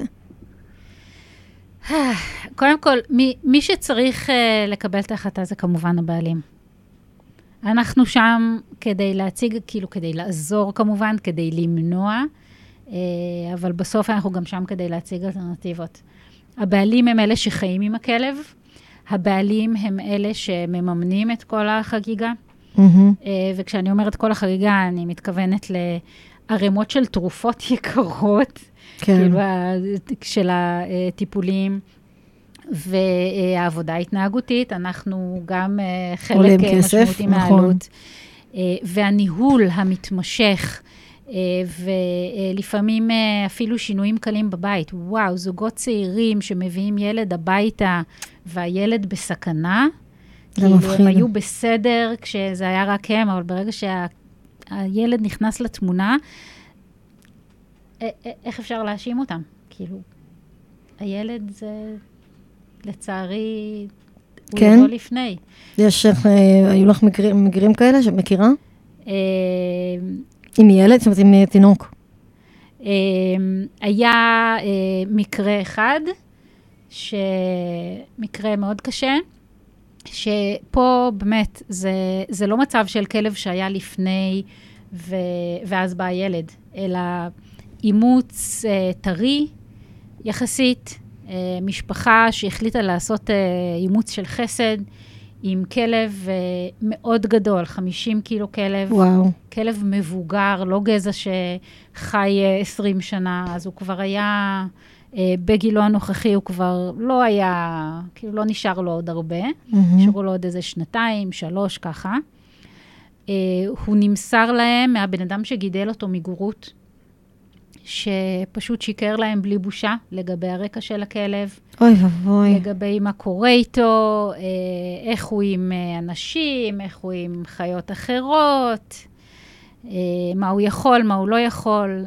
קודם כל, מי, מי שצריך uh, לקבל את ההחלטה זה כמובן הבעלים. אנחנו שם כדי להציג, כאילו כדי לעזור כמובן, כדי למנוע, uh, אבל בסוף אנחנו גם שם כדי להציג אלטרנטיבות. הבעלים הם אלה שחיים עם הכלב, הבעלים הם אלה שמממנים את כל החגיגה, mm-hmm. uh, וכשאני אומרת כל החגיגה, אני מתכוונת לערימות של תרופות יקרות, כן. כאילו של הטיפולים, והעבודה ההתנהגותית, אנחנו גם חלק משמעותי מהעלות, והניהול המתמשך, ולפעמים אפילו שינויים קלים בבית. וואו, זוגות צעירים שמביאים ילד הביתה, והילד בסכנה, כאילו הם היו בסדר כשזה היה רק הם, אבל ברגע שהילד נכנס לתמונה, איך אפשר להאשים אותם? כאילו, הילד זה... לצערי, כן? הוא יבוא לפני. יש, היו לך מקרים, מקרים כאלה שאת מכירה? עם ילד, זאת אומרת, עם תינוק. היה מקרה אחד, שמקרה מאוד קשה, שפה באמת, זה, זה לא מצב של כלב שהיה לפני, ו, ואז בא הילד, אלא אימוץ טרי, יחסית, משפחה שהחליטה לעשות אימוץ של חסד, עם כלב מאוד גדול, חמישים קילו כלב. וואו. כלב מבוגר, לא גזע שחי עשרים שנה, אז הוא כבר היה, בגילו הנוכחי הוא כבר לא היה, כאילו לא נשאר לו עוד הרבה, mm-hmm. נשארו לו עוד איזה שנתיים, שלוש ככה. הוא נמסר להם מהבן אדם שגידל אותו מגורות, שפשוט שיקר להם בלי בושה לגבי הרקע של הכלב. אוי ובוי. לגבי מה קורה איתו, איך הוא עם אנשים, איך הוא עם חיות אחרות, מה הוא יכול, מה הוא לא יכול.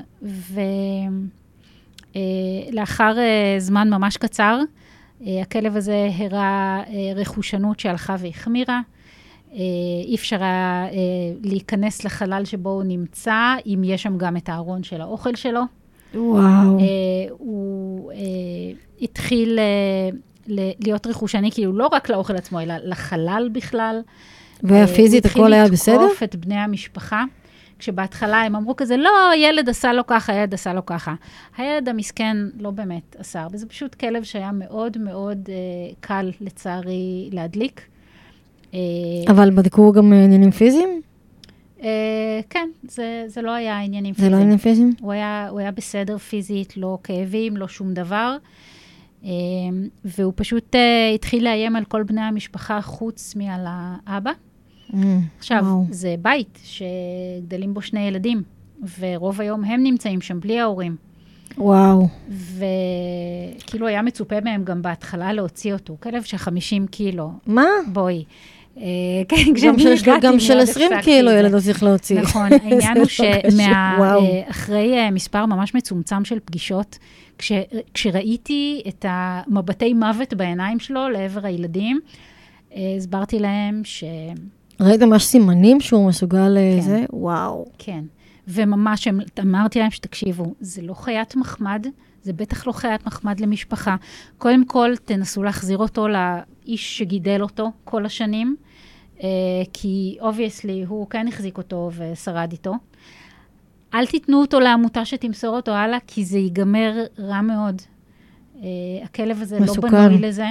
ולאחר זמן ממש קצר, הכלב הזה הראה רכושנות שהלכה והחמירה. אי אפשר היה להיכנס לחלל שבו הוא נמצא, אם יש שם גם את הארון של האוכל שלו. וואו. הוא התחיל להיות רכושני, כאילו לא רק לאוכל עצמו, אלא לחלל בכלל. והפיזית הכל היה בסדר? הוא התחיל לתקוף את בני המשפחה, כשבהתחלה הם אמרו כזה, לא, הילד עשה לו ככה, הילד עשה לו ככה. הילד המסכן לא באמת עשה, וזה פשוט כלב שהיה מאוד מאוד קל לצערי להדליק. אבל בדקו גם עניינים פיזיים? כן, זה לא היה עניינים פיזיים. זה לא עניינים פיזיים? הוא היה בסדר פיזית, לא כאבים, לא שום דבר. והוא פשוט התחיל לאיים על כל בני המשפחה חוץ מעל האבא. עכשיו, זה בית שגדלים בו שני ילדים, ורוב היום הם נמצאים שם בלי ההורים. וואו. וכאילו היה מצופה מהם גם בהתחלה להוציא אותו. כלב של חמישים קילו. מה? בואי. גם של עשרים קילו ילד לא צריך להוציא. נכון, העניין הוא שאחרי מספר ממש מצומצם של פגישות, כשראיתי את המבטי מוות בעיניים שלו לעבר הילדים, הסברתי להם ש... ראית ממש סימנים שהוא מסוגל לזה? וואו. כן, וממש אמרתי להם שתקשיבו, זה לא חיית מחמד, זה בטח לא חיית מחמד למשפחה. קודם כל, תנסו להחזיר אותו לאיש שגידל אותו כל השנים, כי obviously הוא כן החזיק אותו ושרד איתו. אל תיתנו אותו לעמותה שתמסור אותו הלאה, כי זה ייגמר רע מאוד. הכלב הזה לא בנוי לזה.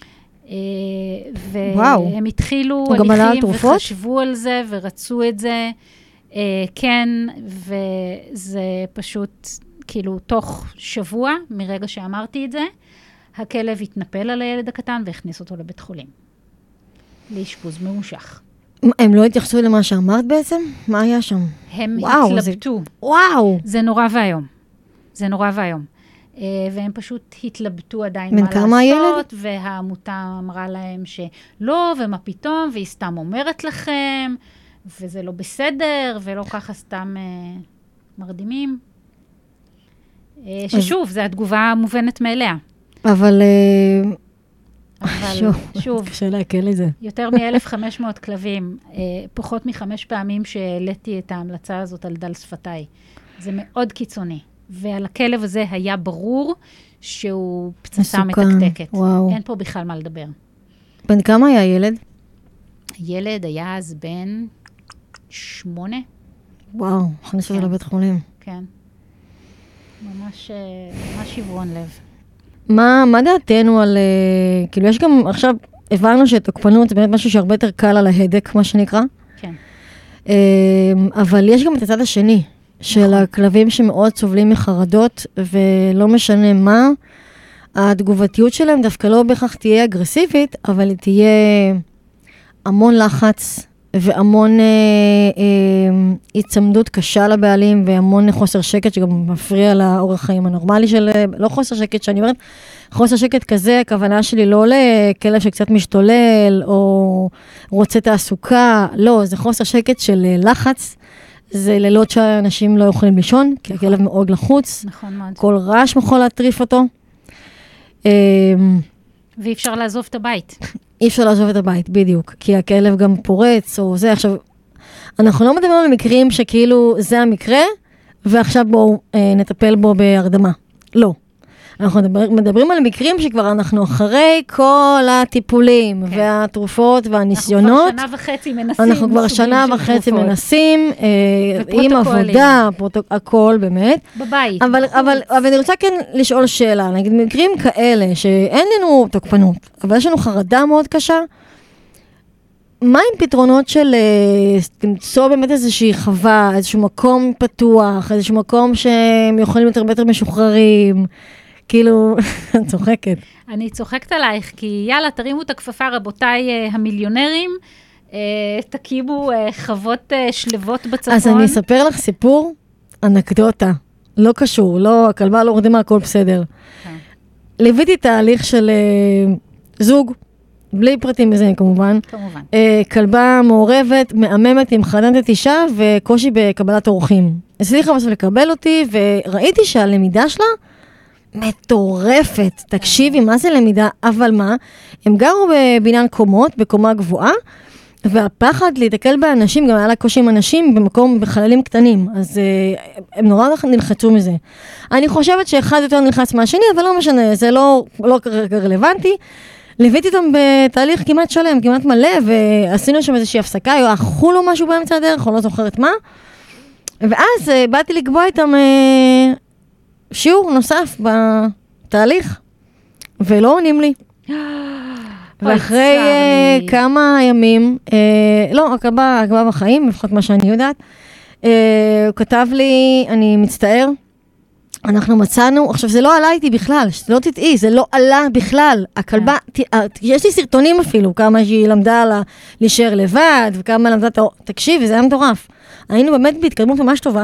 והם התחילו הליכים וחשבו על זה ורצו את זה. כן, וזה פשוט... כאילו, תוך שבוע, מרגע שאמרתי את זה, הכלב התנפל על הילד הקטן והכניס אותו לבית חולים. לאשפוז ממושך. הם לא התייחסו למה שאמרת בעצם? מה היה שם? הם וואו, התלבטו. זה... וואו. זה נורא והיום. זה נורא והיום. והם פשוט התלבטו עדיין מה לעשות, הילד? והעמותה אמרה להם שלא, ומה פתאום, והיא סתם אומרת לכם, וזה לא בסדר, ולא ככה סתם אה, מרדימים. אה, ששוב, זו התגובה המובנת מאליה. אבל... אה, אבל שוב, שוב, קשה להקל לזה. יותר מ-אלף וחמש מאות כלבים, אה, פחות מחמש פעמים שהעליתי את ההמלצה הזאת על דל שפתיי. זה מאוד קיצוני. ועל הכלב הזה היה ברור שהוא פצצה מתקתקת. וואו. אין פה בכלל מה לדבר. בן כמה היה ילד? ילד היה אז בן שמונה. וואו, הכניס אותו לבית חולים. כן. ממש, ממש שברון לב. מה, מה דעתנו על, uh, כאילו יש גם, עכשיו הבנו שתוקפנות זה באמת משהו שהרבה יותר קל על ההדק, מה שנקרא. כן. Uh, אבל יש גם את הצד השני, של הכלבים שמאוד סובלים מחרדות, ולא משנה מה, התגובתיות שלהם דווקא לא בהכרח תהיה אגרסיבית, אבל היא תהיה המון לחץ, והמון אה, אה, הצמדות קשה לבעלים, והמון חוסר שקט שגם מפריע לאורח חיים הנורמלי של, לא חוסר שקט שאני אומרת, חוסר שקט כזה, הכוונה שלי לא לכלב שקצת משתולל, או רוצה תעסוקה, לא, זה חוסר שקט של לחץ, זה לילות שאנשים לא יכולים לישון, כי נכון. הכלב מאוד לחוץ, נכון מאוד. כל רעש יכול להטריף אותו. ואי אפשר לעזוב את הבית. אי אפשר לעזוב את הבית, בדיוק, כי הכלב גם פורץ, או זה, עכשיו, אנחנו לא מדברים על מקרים שכאילו זה המקרה, ועכשיו בואו אה, נטפל בו בהרדמה. לא. אנחנו מדבר, מדברים על מקרים שכבר אנחנו אחרי כל הטיפולים, כן. והתרופות והניסיונות. אנחנו כבר שנה וחצי מנסים. אנחנו כבר שנה וחצי תרופות. מנסים, אה, עם עבודה, פרוטוק, הכל באמת. בבית. אבל, אבל, אבל אני רוצה כן לשאול שאלה, נגיד מקרים כאלה שאין לנו תוקפנות, אבל יש לנו חרדה מאוד קשה, מה עם פתרונות של למצוא באמת איזושהי חווה, איזשהו מקום פתוח, איזשהו מקום שהם יכולים להיות הרבה יותר משוחררים, כאילו, אני צוחקת. אני צוחקת עלייך, כי יאללה, תרימו את הכפפה, רבותיי המיליונרים, תקימו חוות שלבות בצפון. אז אני אספר לך סיפור, אנקדוטה, לא קשור, לא, הכלבה לא רדימה, הכל בסדר. ליוויתי תהליך של זוג, בלי פרטים מזה כמובן. כמובן. כלבה מעורבת, מאממת עם חננת אישה וקושי בקבלת אורחים. הצליחה בסוף לקבל אותי, וראיתי שהלמידה שלה מטורפת. תקשיבי, מה זה למידה? אבל מה? הם גרו בבניין קומות, בקומה גבוהה, והפחד להתקל באנשים, גם היה לה קושי עם אנשים במקום, בחללים קטנים. אז הם נורא נלחצו מזה. אני חושבת שאחד יותר נלחץ מהשני, אבל לא משנה, זה לא, לא רלוונטי. ליוויתי אותם בתהליך כמעט שלם, כמעט מלא, ועשינו שם איזושהי הפסקה, היו אכלו לו משהו באמצע הדרך, או לא זוכרת מה. ואז באתי לקבוע איתם שיעור נוסף בתהליך, ולא עונים לי. ואחרי כמה ימים, לא, הכלבה בחיים, לפחות מה שאני יודעת, הוא כתב לי, אני מצטער, אנחנו מצאנו, עכשיו זה לא עלה איתי בכלל, לא תטעי, זה לא עלה בכלל. הכלבה, יש לי סרטונים אפילו, כמה שהיא למדה להישאר לבד, וכמה למדה, תקשיב, זה היה מטורף. היינו באמת בהתקדמות ממש טובה,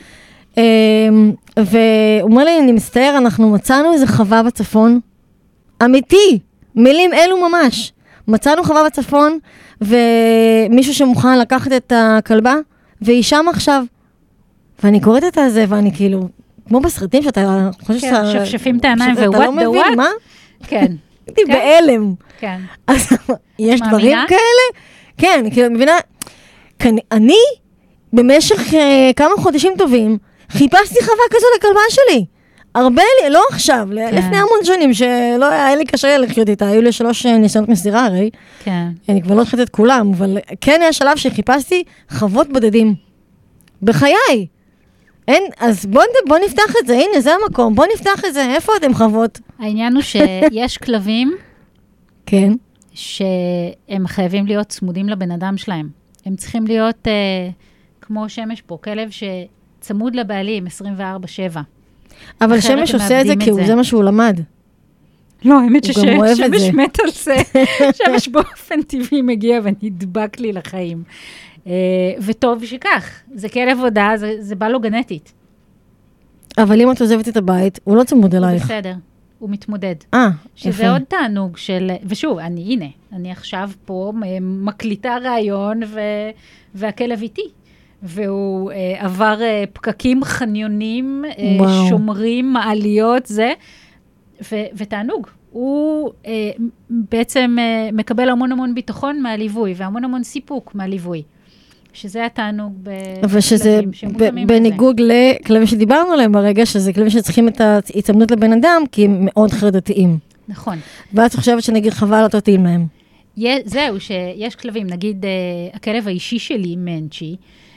והוא אומר לי, אני מצטער, אנחנו מצאנו איזה חווה בצפון, אמיתי, מילים אלו ממש. מצאנו חווה בצפון, ומישהו שמוכן לקחת את הכלבה, והיא שם עכשיו. ואני קוראת את זה, ואני כאילו, כמו בסרטים שאתה חושב שאתה... כן, שפשפים את העיניים, ו-what the what? אתה לא מבין, מה? כן. הייתי באלם. כן. אז יש דברים כאלה? כן, כאילו, מבינה, אני, במשך כמה חודשים טובים, חיפשתי חווה כזו לכלבה שלי. הרבה לי, לא עכשיו, לפני המון שנים, שלא היה לי קשה לחיות איתה, היו לי שלוש ניסיונות מסדירה הרי. כן. אני כבר לא התחלתי את כולם, אבל כן היה שלב שחיפשתי חוות בודדים. בחיי. אין, אז בוא, בוא נפתח את זה, הנה, זה המקום, בוא נפתח את זה, איפה אתם חוות? העניין הוא שיש כלבים, כן, שהם חייבים להיות צמודים לבן אדם שלהם. הם צריכים להיות אה, כמו שמש פה, כלב שצמוד לבעלים עשרים וארבע שבע. אבל שמש עושה את זה כי זה מה שהוא למד. לא, האמת ששמש מת על זה. שמש באופן טבעי מגיע ונדבק לי לחיים. Uh, וטוב שכך, זה כלב עבודה, זה, זה בא לו גנטית. אבל אם את עוזבת את הבית, הוא לא צמוד אלייך. בסדר. הוא מתמודד. אה, יפה. שזה עוד תענוג של, ושוב, אני, הנה, אני עכשיו פה מקליטה רעיון, ו, והכלב איתי. והוא אה, עבר אה, פקקים, חניונים, אה, שומרים, מעליות, זה, ו, ותענוג. הוא אה, בעצם אה, מקבל המון המון ביטחון מהליווי, והמון המון סיפוק מהליווי. שזה התענוג בכלבים שמותאמים לזה. בניגוד לכלבים שדיברנו עליהם ברגע, שזה כלבים שצריכים את ההצמדות לבן אדם, כי הם מאוד חרדתיים. נכון. ואת חושבת שנגיד חבל לא תתאים להם. זהו, שיש כלבים, נגיד הכלב האישי שלי, מנצ'י,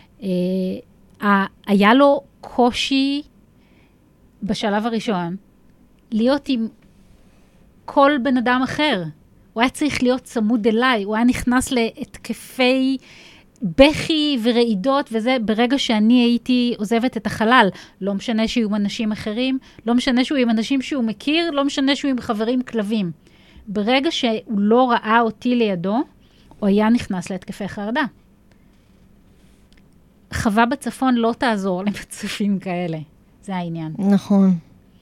היה לו קושי בשלב הראשון, להיות עם כל בן אדם אחר. הוא היה צריך להיות צמוד אליי, הוא היה נכנס להתקפי בכי ורעידות, וזה ברגע שאני הייתי עוזבת את החלל. לא משנה שהוא עם אנשים אחרים, לא משנה שהוא עם אנשים שהוא מכיר, לא משנה שהוא עם חברים כלבים. ברגע שהוא לא ראה אותי לידו, הוא היה נכנס להתקפי חרדה. חווה בצפון לא תעזור למצבים כאלה. זה העניין. נכון.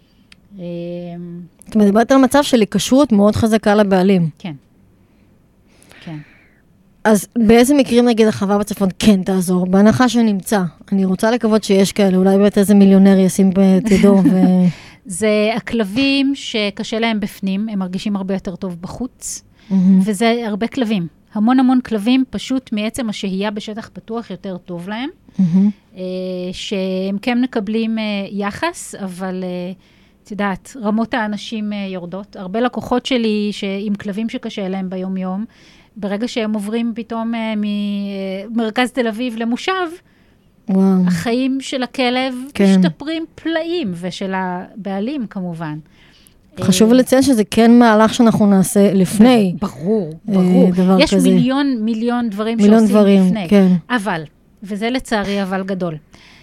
את מדברת על מצב של היקשרות מאוד חזקה לבעלים. כן. כן. אז באיזה מקרים נגיד החווה בצפון כן תעזור? בהנחה שנמצא. אני רוצה לקוות שיש כאלה, אולי באמת איזה מיליונר ישים בצדו. ו... זה הכלבים שקשה להם בפנים, הם מרגישים הרבה יותר טוב בחוץ, mm-hmm. וזה הרבה כלבים. המון המון כלבים, פשוט מעצם השהייה בשטח פתוח יותר טוב להם, mm-hmm. שהם כן מקבלים יחס, אבל את יודעת, רמות האנשים יורדות. הרבה לקוחות שלי עם כלבים שקשה להם ביום יום, ברגע שהם עוברים פתאום ממרכז תל אביב למושב, וואו. החיים של הכלב כן. משתפרים פלאים, ושל הבעלים כמובן. חשוב לציין שזה כן מהלך שאנחנו נעשה לפני. ברור, ברור. יש כזה. מיליון, מיליון דברים מיליון שעושים דברים, לפני. כן. אבל, וזה לצערי אבל גדול.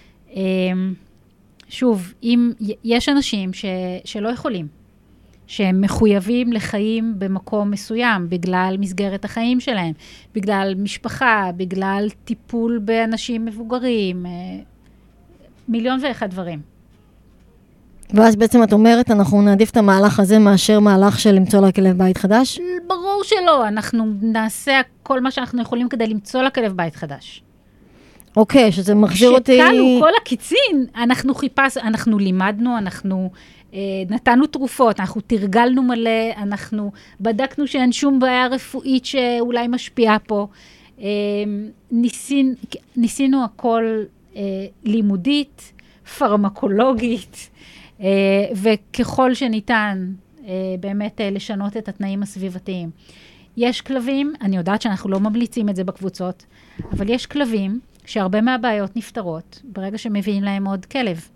שוב, אם יש אנשים ש, שלא יכולים, שהם מחויבים לחיים במקום מסוים, בגלל מסגרת החיים שלהם, בגלל משפחה, בגלל טיפול באנשים מבוגרים, מיליון ואחד דברים. ואז בעצם את אומרת, אנחנו נעדיף את המהלך הזה מאשר מהלך של למצוא לכלב בית חדש? ברור שלא, אנחנו נעשה כל מה שאנחנו יכולים כדי למצוא לכלב בית חדש. אוקיי, שזה מחזיר אותי... שכלו כל הקיצין, אנחנו חיפש, אנחנו לימדנו, אנחנו אה, נתנו תרופות, אנחנו תרגלנו מלא, אנחנו בדקנו שאין שום בעיה רפואית שאולי משפיעה פה. אה, ניסין, ניסינו הכל אה, לימודית, פרמקולוגית, אה, וככל שניתן אה, באמת אה, לשנות את התנאים הסביבתיים. יש כלבים, אני יודעת שאנחנו לא ממליצים את זה בקבוצות, אבל יש כלבים שהרבה מהבעיות נפתרות ברגע שמביאים להם עוד כלב.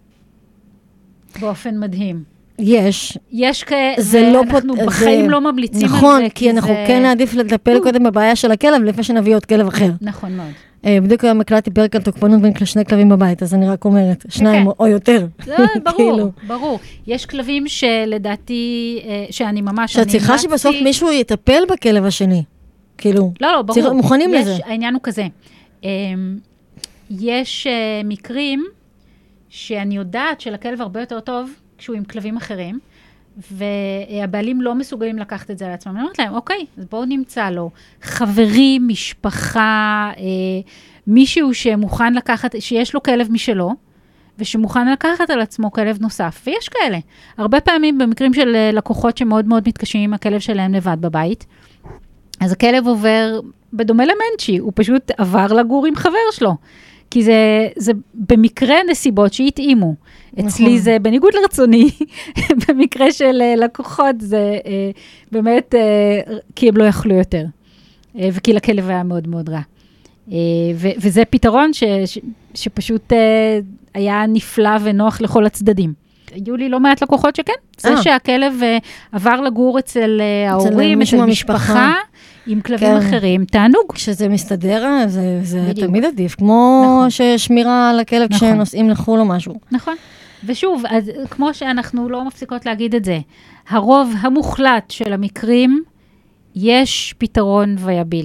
באופן מדהים. יש. יש כאלה, אנחנו לא בחיים זה, לא ממליצים נכון, על זה. נכון, כי, כי אנחנו זה... כן נעדיף לטפל קודם בבעיה של הכלב, לפני שנביא עוד כלב אחר. נכון מאוד. בדיוק היום הקלטתי פרק על תוקפנות בין שני כלבים בבית, אז אני רק אומרת, שניים או יותר. ברור, ברור. יש כלבים שלדעתי, שאני ממש... שאת צריכה שבסוף מישהו יטפל בכלב השני. כאילו, לא, לא, ברור. מוכנים לזה. העניין הוא כזה. יש מקרים שאני יודעת שלכלב הרבה יותר טוב כשהוא עם כלבים אחרים, והבעלים לא מסוגלים לקחת את זה על עצמם. אני אומרת להם, אוקיי, אז בואו נמצא לו חברים, משפחה, אה, מישהו שמוכן לקחת, שיש לו כלב משלו, ושמוכן לקחת על עצמו כלב נוסף. ויש כאלה. הרבה פעמים במקרים של לקוחות שמאוד מאוד מתקשים עם הכלב שלהם לבד בבית, אז הכלב עובר, בדומה למנצ'י, הוא פשוט עבר לגור עם חבר שלו. כי זה, זה במקרה נסיבות שהתאימו. נכון. אצלי זה בניגוד לרצוני, במקרה של לקוחות זה אה, באמת, אה, כי הם לא יכלו יותר. אה, וכי לכלב היה מאוד מאוד רע. אה, ו, וזה פתרון ש, ש, שפשוט אה, היה נפלא ונוח לכל הצדדים. היו לי לא מעט לקוחות שכן. זה אה. שהכלב אה, עבר לגור אצל אה, ההורים, אצל המשפחה, עם כלבים כן. אחרים, תענוג. כשזה מסתדר, זה, זה תמיד עדיף, כמו נכון. ששמירה על הכלב נכון. כשנוסעים לחול או משהו. נכון. ושוב, אז, כמו שאנחנו לא מפסיקות להגיד את זה, הרוב המוחלט של המקרים, יש פתרון ויאבילי.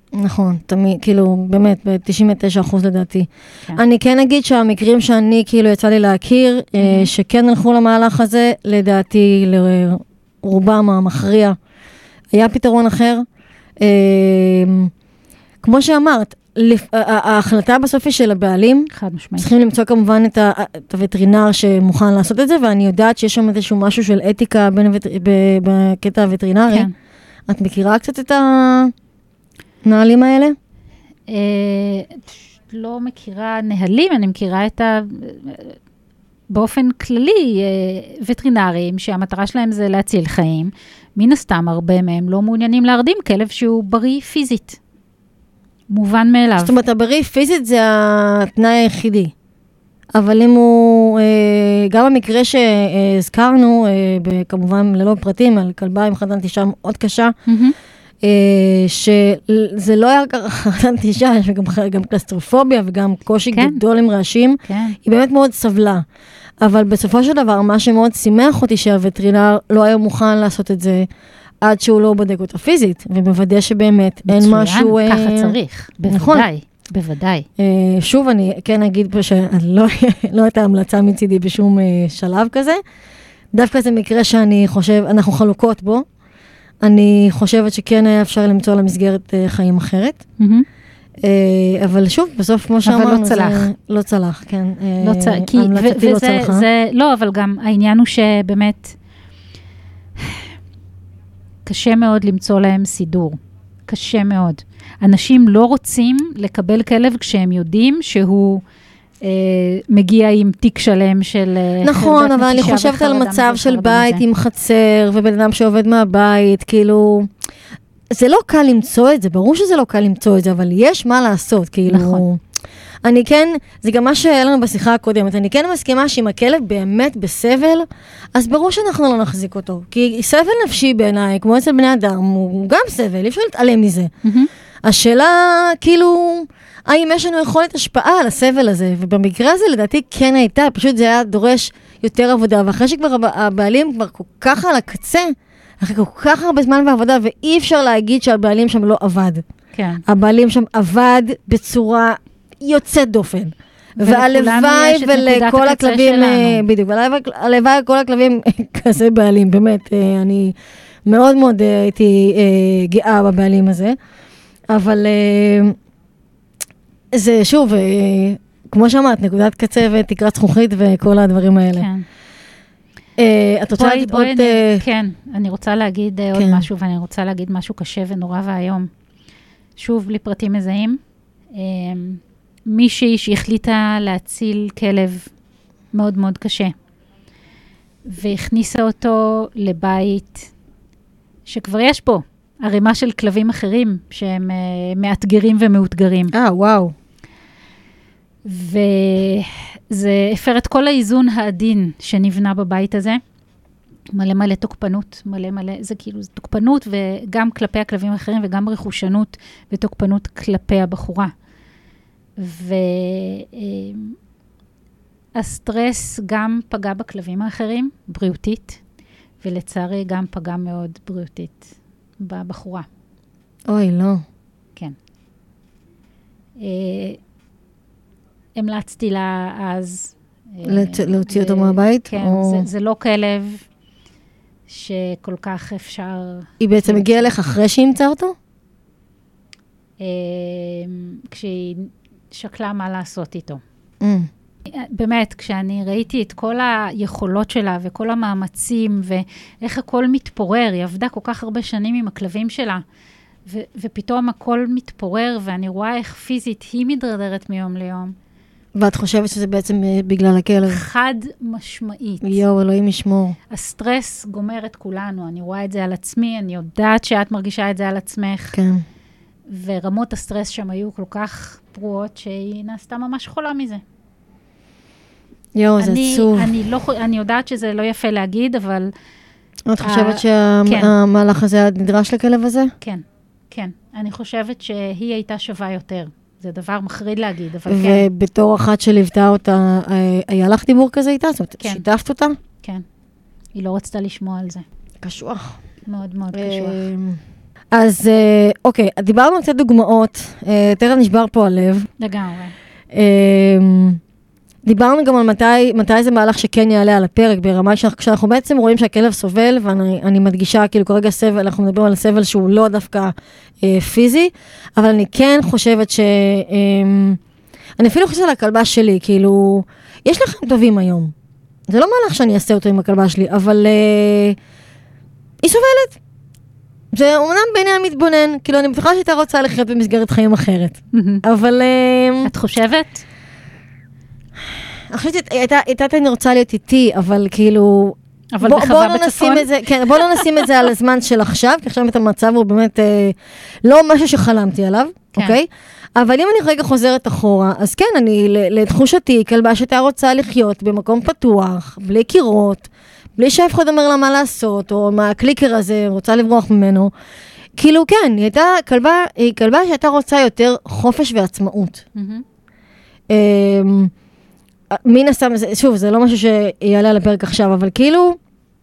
נכון, תמיד, כאילו, באמת, ב-תשעים ותשעה אחוז לדעתי. כן. אני כן אגיד שהמקרים שאני, כאילו, יצא לי להכיר, mm-hmm. אה, שכן הלכו למהלך הזה, לדעתי, לרובם המכריע, היה פתרון אחר. אה, כמו שאמרת, לפ... ההחלטה בסוף היא של הבעלים, חד משמעית. צריכים למצוא כמובן את, ה... את הווטרינר שמוכן לעשות את זה, ואני יודעת שיש שם איזשהו משהו של אתיקה בין הווט... בקטע הווטרינרי. כן. את מכירה קצת את הנהלים האלה? אה, לא מכירה נהלים, אני מכירה את ה... באופן כללי, וטרינרים, שהמטרה שלהם זה להציל חיים, מן הסתם הרבה מהם לא מעוניינים להרדים כלב שהוא בריא פיזית. מובן מאליו. זאת אומרת, הבריא פיזית זה התנאי היחידי. אבל אם הוא, גם המקרה שהזכרנו, כמובן ללא פרטים, על כלבה עם חרדת נטישה מאוד קשה, שזה לא היה חרדת נטישה, יש גם קלסטרופוביה וגם קושי גדול עם רעשים, היא באמת מאוד סבלה. אבל בסופו של דבר, מה שמאוד שימח אותי שהווטרינר לא היה מוכן לעשות את זה, עד שהוא לא בודק אותה פיזית, ומוודא שבאמת אין משהו... מצוין, ככה צריך, בוודאי, בוודאי. שוב, אני כן אגיד פה שלא הייתה המלצה מצידי בשום שלב כזה, דווקא זה מקרה שאני חושב, אנחנו חלוקות בו, אני חושבת שכן היה אפשר למצוא למסגרת חיים אחרת, אבל שוב, בסוף כמו שאמרנו, אבל לא צלח. לא צלח, כן. לא צלח, המלצתי לא צלחה. לא, אבל גם העניין הוא שבאמת, קשה מאוד למצוא להם סידור. קשה מאוד. אנשים לא רוצים לקבל כלב כשהם יודעים שהוא אה, מגיע עם תיק שלם של... נכון, אבל אני חושבת על מצב של בית עם חצר, ובן אדם שעובד מהבית, כאילו... זה לא קל למצוא את זה, ברור שזה לא קל למצוא את זה, אבל יש מה לעשות, כאילו... נכון. אני כן, זה גם מה שהיה לנו בשיחה הקודמת, אני כן מסכימה שאם הכלב באמת בסבל, אז ברור שאנחנו לא נחזיק אותו. כי סבל נפשי בעיניי, כמו אצל בני אדם, הוא גם סבל, אי אפשר להתעלם מזה. Mm-hmm. השאלה, כאילו, האם יש לנו יכולת השפעה על הסבל הזה, ובמקרה הזה לדעתי כן הייתה, פשוט זה היה דורש יותר עבודה, ואחרי שכבר הבעלים כבר כל כך על הקצה, אחרי כל כך הרבה זמן בעבודה, ואי אפשר להגיד שהבעלים שם לא עבד. כן. הבעלים שם עבד בצורה... יוצאת דופן. והלוואי ולכל הכלבים, בדיוק, והלוואי לכל הכלבים כזה בעלים, באמת, אני מאוד מאוד הייתי גאה בבעלים הזה, אבל זה שוב, כמו שאמרת, נקודת קצה ותקרת זכוכית וכל הדברים האלה. כן. את רוצה להגיד עוד... כן, אני רוצה להגיד עוד משהו, ואני רוצה להגיד משהו קשה ונורא והיום. שוב, בלי פרטים מזהים. מישהי שהחליטה להציל כלב מאוד מאוד קשה, והכניסה אותו לבית שכבר יש פה ערימה של כלבים אחרים שהם uh, מאתגרים ומאותגרים. אה, וואו. וזה הפר את כל האיזון העדין שנבנה בבית הזה. מלא מלא תוקפנות, מלא מלא, זה כאילו, זה תוקפנות וגם כלפי הכלבים האחרים וגם רכושנות ותוקפנות כלפי הבחורה. והסטרס גם פגע בכלבים האחרים, בריאותית, ולצערי גם פגע מאוד בריאותית בבחורה. אוי, לא. כן. המלצתי לה אז... להוציא אותו מהבית? כן, זה לא כלב שכל כך אפשר... היא בעצם הגיעה לך אחרי שהיא ימצא אותו? כשהיא... שקלה מה לעשות איתו. Mm. באמת, כשאני ראיתי את כל היכולות שלה וכל המאמצים ואיך הכל מתפורר, היא עבדה כל כך הרבה שנים עם הכלבים שלה, ו- ופתאום הכל מתפורר, ואני רואה איך פיזית היא מדרדרת מיום ליום. ואת חושבת שזה בעצם בגלל הכלב? חד משמעית. יואו, אלוהים ישמור. הסטרס גומר את כולנו, אני רואה את זה על עצמי, אני יודעת שאת מרגישה את זה על עצמך. כן. ורמות הסטרס שם היו כל כך פרועות, שהיא נעשתה ממש חולה מזה. יואו, זה עצוב. אני, לא, אני יודעת שזה לא יפה להגיד, אבל... את חושבת שהמהלך הזה נדרש לכלב הזה? כן, כן. אני חושבת שהיא הייתה שווה יותר. זה דבר מחריד להגיד, אבל כן. ובתור אחת שליוותה אותה, היה לך דיבור כזה איתה? זאת אומרת, שיתפת אותה? כן. היא לא רצתה לשמוע על זה. קשוח. מאוד מאוד קשוח. אז אוקיי, דיברנו על קצת דוגמאות, תכף נשבר פה הלב. לגמרי. דיברנו גם על מתי, מתי זה מהלך שכן יעלה על הפרק, ברמה שאנחנו בעצם רואים שהכלב סובל, ואני מדגישה, כאילו כרגע סבל, אנחנו מדברים על סבל שהוא לא דווקא אה, פיזי, אבל אני כן חושבת ש... אה, אני אפילו חושבת על הכלבה שלי, כאילו, יש לכם טובים היום. זה לא מהלך שאני אעשה אותו עם הכלבה שלי, אבל אה, היא סובלת. זה אומנם בעיני המתבונן, כאילו אני בטוחה שהייתה רוצה לחיות במסגרת חיים אחרת. אבל... אה, את חושבת? אני חושבת, הייתה אני רוצה להיות איתי, אבל כאילו... אבל בוא, בחווה בוא לא בצפון? זה, כן, בוא לא נשים את זה על הזמן של עכשיו, כי עכשיו את המצב הוא באמת אה, לא משהו שחלמתי עליו, כן. אוקיי? אבל אם אני רגע חוזרת אחורה, אז כן, אני לתחושתי, כלבה שהייתה רוצה לחיות במקום פתוח, בלי קירות, בלי שאף אחד אומר לה מה לעשות, או מה הקליקר הזה, רוצה לברוח ממנו. כאילו כן, היא הייתה כלבה, היא כלבה שהייתה רוצה יותר חופש ועצמאות. אה, מין הסתם, שוב, זה לא משהו שיעלה על הפרק עכשיו, אבל כאילו,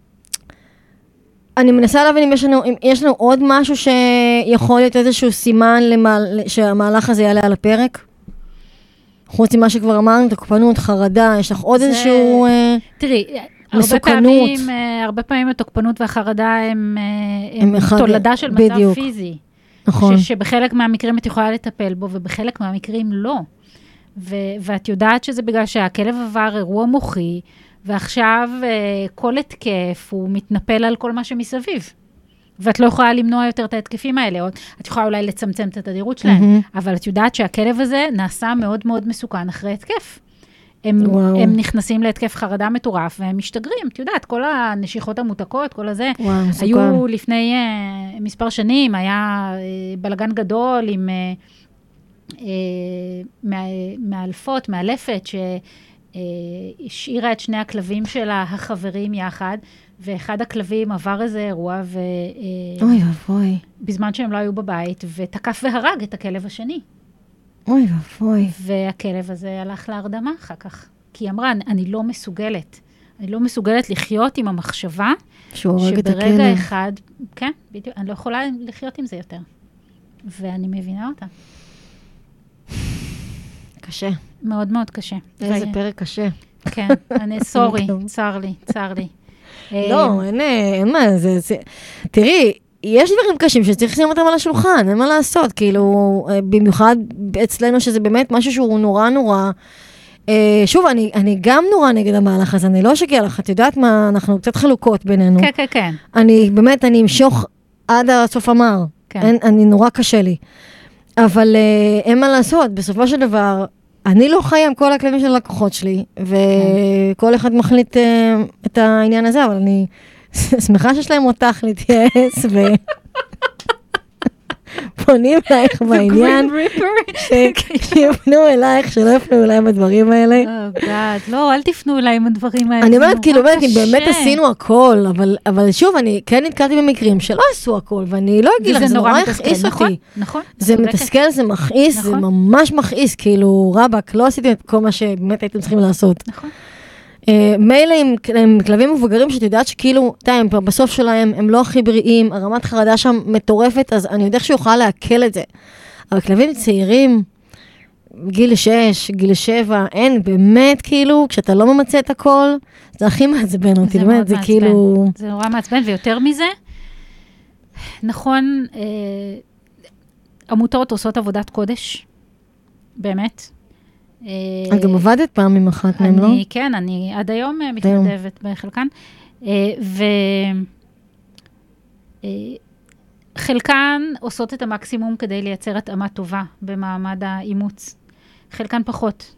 אני מנסה להבין אם יש לנו, אם יש לנו עוד משהו שיכול להיות איזשהו סימן למעל, שהמהלך הזה יעלה על הפרק? חוץ ממה שכבר אמרנו, תוקפנות, חרדה, יש לך עוד זה... איזשהו אה, תראי, מסוכנות. הרבה פעמים, הרבה פעמים התוקפנות והחרדה הם, הם, הם תולדה של מצב בדיוק. פיזי. נכון. ש, שבחלק מהמקרים את יכולה לטפל בו, ובחלק מהמקרים לא. ו- ואת יודעת שזה בגלל שהכלב עבר אירוע מוחי, ועכשיו uh, כל התקף הוא מתנפל על כל מה שמסביב. ואת לא יכולה למנוע יותר את ההתקפים האלה, או את יכולה אולי לצמצם את התדירות שלהם, mm-hmm. אבל את יודעת שהכלב הזה נעשה מאוד מאוד מסוכן אחרי התקף. הם, הם נכנסים להתקף חרדה מטורף, והם משתגרים. את יודעת, כל הנשיכות המותקות, כל הזה, וואו, היו מסוכן. לפני uh, מספר שנים, היה uh, בלגן גדול עם... Uh, מאלפות, מאלפת, שהשאירה את שני הכלבים שלה, החברים יחד, ואחד הכלבים עבר איזה אירוע, אוי ואבוי. בזמן שהם לא היו בבית, ותקף והרג את הכלב השני. אוי ואבוי. והכלב הזה הלך להרדמה אחר כך. כי היא אמרה, אני לא מסוגלת. אני לא מסוגלת לחיות עם המחשבה, שברגע אחד, כן, בדיוק, אני לא יכולה לחיות עם זה יותר. ואני מבינה אותה. קשה. מאוד מאוד קשה. איזה פרק קשה. כן, אני סורי, צר לי, צר לי. לא, אין מה, זה... תראי, יש דברים קשים שצריך לשים אותם על השולחן, אין מה לעשות, כאילו, במיוחד אצלנו שזה באמת משהו שהוא נורא נורא... שוב, אני גם נורא נגד המהלך הזה, אני לא אשקר לך, את יודעת מה, אנחנו קצת חלוקות בינינו. כן, כן, כן. אני באמת, אני אמשוך עד הסוף המר. אני נורא קשה לי. אבל אין מה לעשות, בסופו של דבר, אני לא חיה עם כל הכלבים של הלקוחות שלי, וכל אחד מחליט את העניין הזה, אבל אני שמחה שיש להם אותך להתייעץ, ופונים אלייך בעניין, שיפנו אלייך, שלא יפנו אליי בדברים האלה. Oh God, לא, אל תפנו אליי עם הדברים האלה. אני אומרת, כאילו, אם באמת עשינו הכל, אבל שוב, אני כן נתקלתי במקרים שלא עשו הכל, ואני לא אגיד לך, זה נורא מכעיס אותי. נכון. זה מתסכל, זה מכעיס, זה ממש מכעיס, כאילו, רבק, לא עשיתי את כל מה שבאמת הייתם צריכים לעשות. נכון. מילא עם כלבים מבוגרים שאת יודעת שכאילו, תאי, בסוף שלהם הם לא הכי בריאים, הרמת חרדה שם מטורפת, אז אני יודע שיוכל להקל את זה. אבל כלבים צעירים, גיל שש, גיל שבע, אין, באמת כאילו, כשאתה לא ממצא את הכל, זה הכי מעצבן אותי, באמת, זה כאילו... זה נורא מעצבן, ויותר מזה, נכון, עמותות עושות עבודת קודש, באמת. את גם עבדת פעם עם אחת מהם, לא? כן, אני עד היום מתנדבת בחלקן, וחלקן עושות את המקסימום כדי לייצר התאמה טובה במעמד האימוץ, חלקן פחות.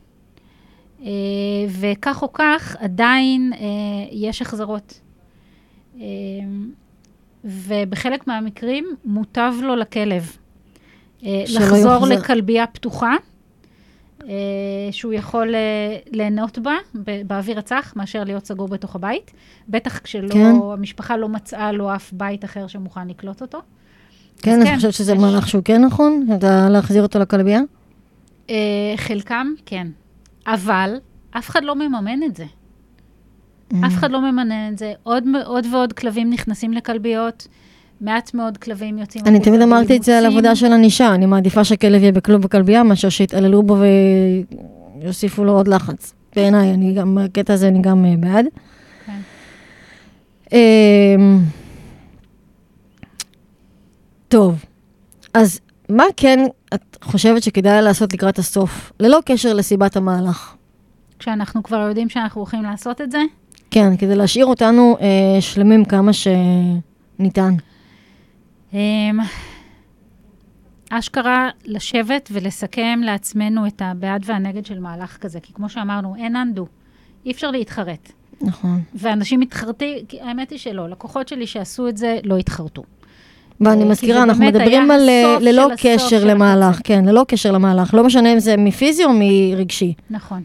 וכך או כך, עדיין יש החזרות. ובחלק מהמקרים מוטב לו לכלב לחזור לכלבייה פתוחה, שהוא יכול ליהנות בה, באוויר הצח, מאשר להיות סגור בתוך הבית. בטח כשלא, המשפחה לא מצאה לו אף בית אחר שמוכן לקלוט אותו. כן, אני חושבת שזה מהלך שהוא כן נכון? אתה להחזיר אותו לכלבייה? חלקם, כן. אבל אף אחד לא מממן את זה. אף אחד לא מממן את זה. עוד ועוד כלבים נכנסים לכלביות, מעט מאוד כלבים יוצאים. אני תמיד אמרתי את זה על עבודה של אנישה, אני מעדיפה שכלב יהיה בכלוב בכלבייה, מאשר שיתעללו בו ויוסיפו לו עוד לחץ. בעיניי, אני גם, הקטע הזה אני גם בעד. כן. טוב, אז מה כן את חושבת שכדאי לעשות לקראת הסוף, ללא קשר לסיבת המהלך? כשאנחנו כבר יודעים שאנחנו הולכים לעשות את זה? כן, כדי להשאיר אותנו אה, שלמים כמה שניתן. אשכרה לשבת ולסכם לעצמנו את הבעד והנגד של מהלך כזה, כי כמו שאמרנו, אין אנדו, אי אפשר להתחרט. נכון. ואנשים מתחרטי, האמת היא שלא, לקוחות שלי שעשו את זה לא התחרטו. ואני מזכירה, אנחנו מדברים על ללא קשר למהלך, כן, ללא קשר למהלך, לא משנה אם זה מפיזי או מרגשי. נכון.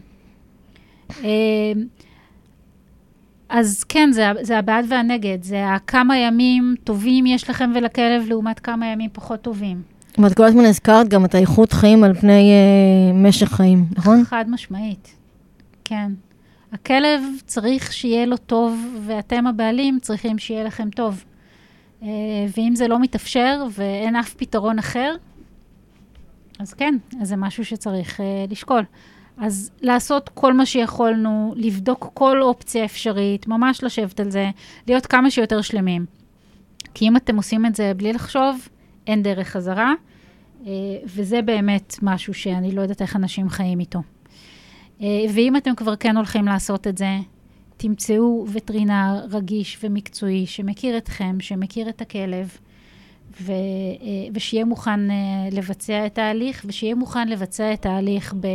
אז כן, זה, זה הבעד והנגד, זה כמה ימים טובים יש לכם ולכלב, לעומת כמה ימים פחות טובים. ואת כל הזמן הזכרת גם את האיכות חיים על פני אה, משך חיים, נכון? חד משמעית, כן. הכלב צריך שיהיה לו טוב, ואתם הבעלים צריכים שיהיה לכם טוב. אה, ואם זה לא מתאפשר ואין אף פתרון אחר, אז כן, אז זה משהו שצריך אה, לשקול. אז לעשות כל מה שיכולנו, לבדוק כל אופציה אפשרית, ממש לשבת על זה, להיות כמה שיותר שלמים. כי אם אתם עושים את זה בלי לחשוב, אין דרך חזרה, וזה באמת משהו שאני לא יודעת איך אנשים חיים איתו. ואם אתם כבר כן הולכים לעשות את זה, תמצאו וטרינר רגיש ומקצועי, שמכיר אתכם, שמכיר את הכלב, ו, ושיהיה מוכן לבצע את ההליך, ושיהיה מוכן לבצע את ההליך ב...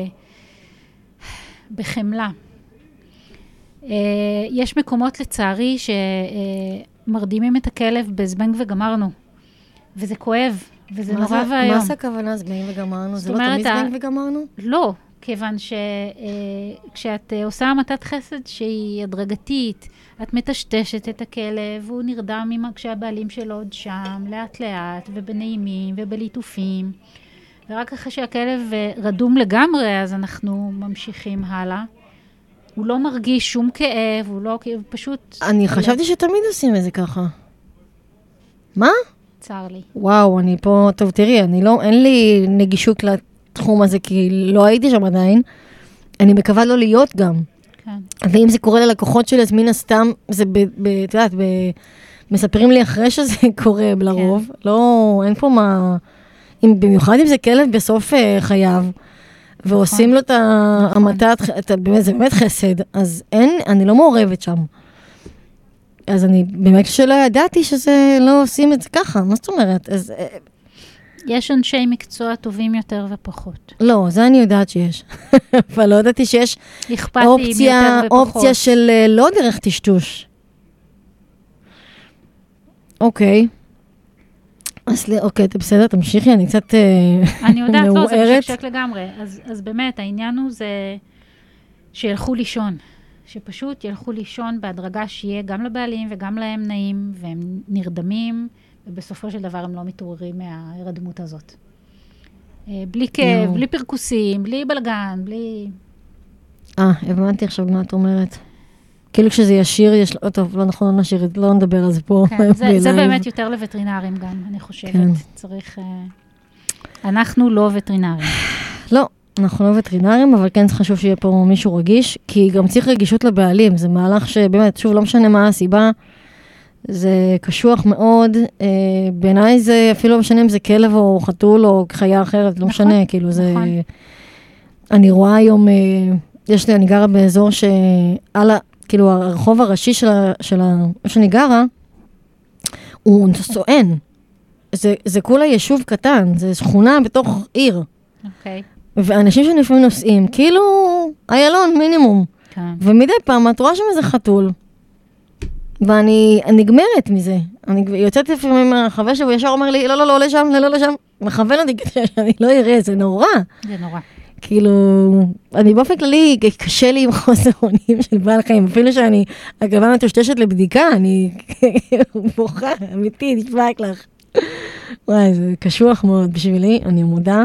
בחמלה. יש מקומות לצערי שמרדימים את הכלב בזבנג וגמרנו, וזה כואב, וזה נורא והיום. מה זה הכוונה זבנג וגמרנו? זה לא תמיד זבנג וגמרנו? לא, כיוון שכשאת עושה המתת חסד שהיא הדרגתית, את מטשטשת את הכלב, והוא נרדם כשהבעלים שלו עוד שם, לאט לאט, ובנעימים ובליטופים, ורק אחרי שהכלב רדום לגמרי, אז אנחנו ממשיכים הלאה. הוא לא מרגיש שום כאב, הוא לא, פשוט... אני חשבתי שתמיד עושים את זה ככה. מה? צר לי. וואו, אני פה, טוב, תראי, אני לא, אין לי נגישות לתחום הזה, כי לא הייתי שם עדיין. אני מקווה לא להיות גם. כן. ואם זה קורה ללקוחות שלי, אז מן הסתם, זה, ב, ב, את יודעת, ב, מספרים לי אחרי שזה קורה לרוב. כן. לא, אין פה מה... אם, במיוחד אם זה כלב בסוף uh, חייו, ועושים נכון. לו את המתת, נכון. באמת, זה באמת חסד, אז אין, אני לא מעורבת שם. אז אני באמת שלא ידעתי שזה לא עושים את זה ככה, מה זאת אומרת? אז... יש אנשי מקצוע טובים יותר ופחות. לא, זה אני יודעת שיש. אבל לא ידעתי שיש אופציה, אופציה של לא דרך טשטוש. אוקיי. אז אוקיי, אתה בסדר, תמשיכי, אני קצת מאוהרת. אני יודעת, לא, זה משקשק לגמרי. אז, אז באמת, העניין הוא זה שילכו לישון. שפשוט ילכו לישון בהדרגה שיהיה גם לבעלים וגם להם נעים, והם נרדמים, ובסופו של דבר הם לא מתעוררים מההרדמות הזאת. בלי כאב, בלי פרקוסים, בלי בלגן, בלי... אה, הבנתי עכשיו מה את אומרת. כאילו כשזה ישיר, יש... טוב, לא נכון, לא נשאיר, לא נדבר על זה פה. כן, זה, זה באמת יותר לווטרינרים גם, אני חושבת. כן. צריך... אנחנו לא וטרינרים. לא. אנחנו לא וטרינרים, אבל כן חשוב שיהיה פה מישהו רגיש, כי גם צריך רגישות לבעלים, זה מהלך שבאמת, שוב, לא משנה מה הסיבה, זה קשוח מאוד, אה, בעיניי זה אפילו לא משנה אם זה כלב או חתול או חיה אחרת, לא נכון, משנה, כאילו זה... נכון. אני רואה היום, אה, יש לי, אני גרה באזור שעל, כאילו הרחוב הראשי של, של איפה שאני גרה, הוא סואן. זה, זה כולה יישוב קטן, זה שכונה בתוך עיר. אוקיי. ואנשים שלפעמים נוסעים, כאילו, איילון מינימום. כן. ומדי פעם את רואה שם איזה חתול, ואני נגמרת מזה. אני יוצאת לפעמים מהחבר שבו ישר אומר לי, לא, לא, לא, לשם, לא, לא, לשם. מכוון אותי כדי שאני לא אראה, זה נורא. זה נורא. כאילו, אני באופן כללי, קשה לי עם חוסר אונים של בעל חיים, אפילו שאני, הגבה מטושטשת לבדיקה, אני בוכה, אמיתי, נשבעת לך. וואי, זה קשוח מאוד בשבילי, אני מודה.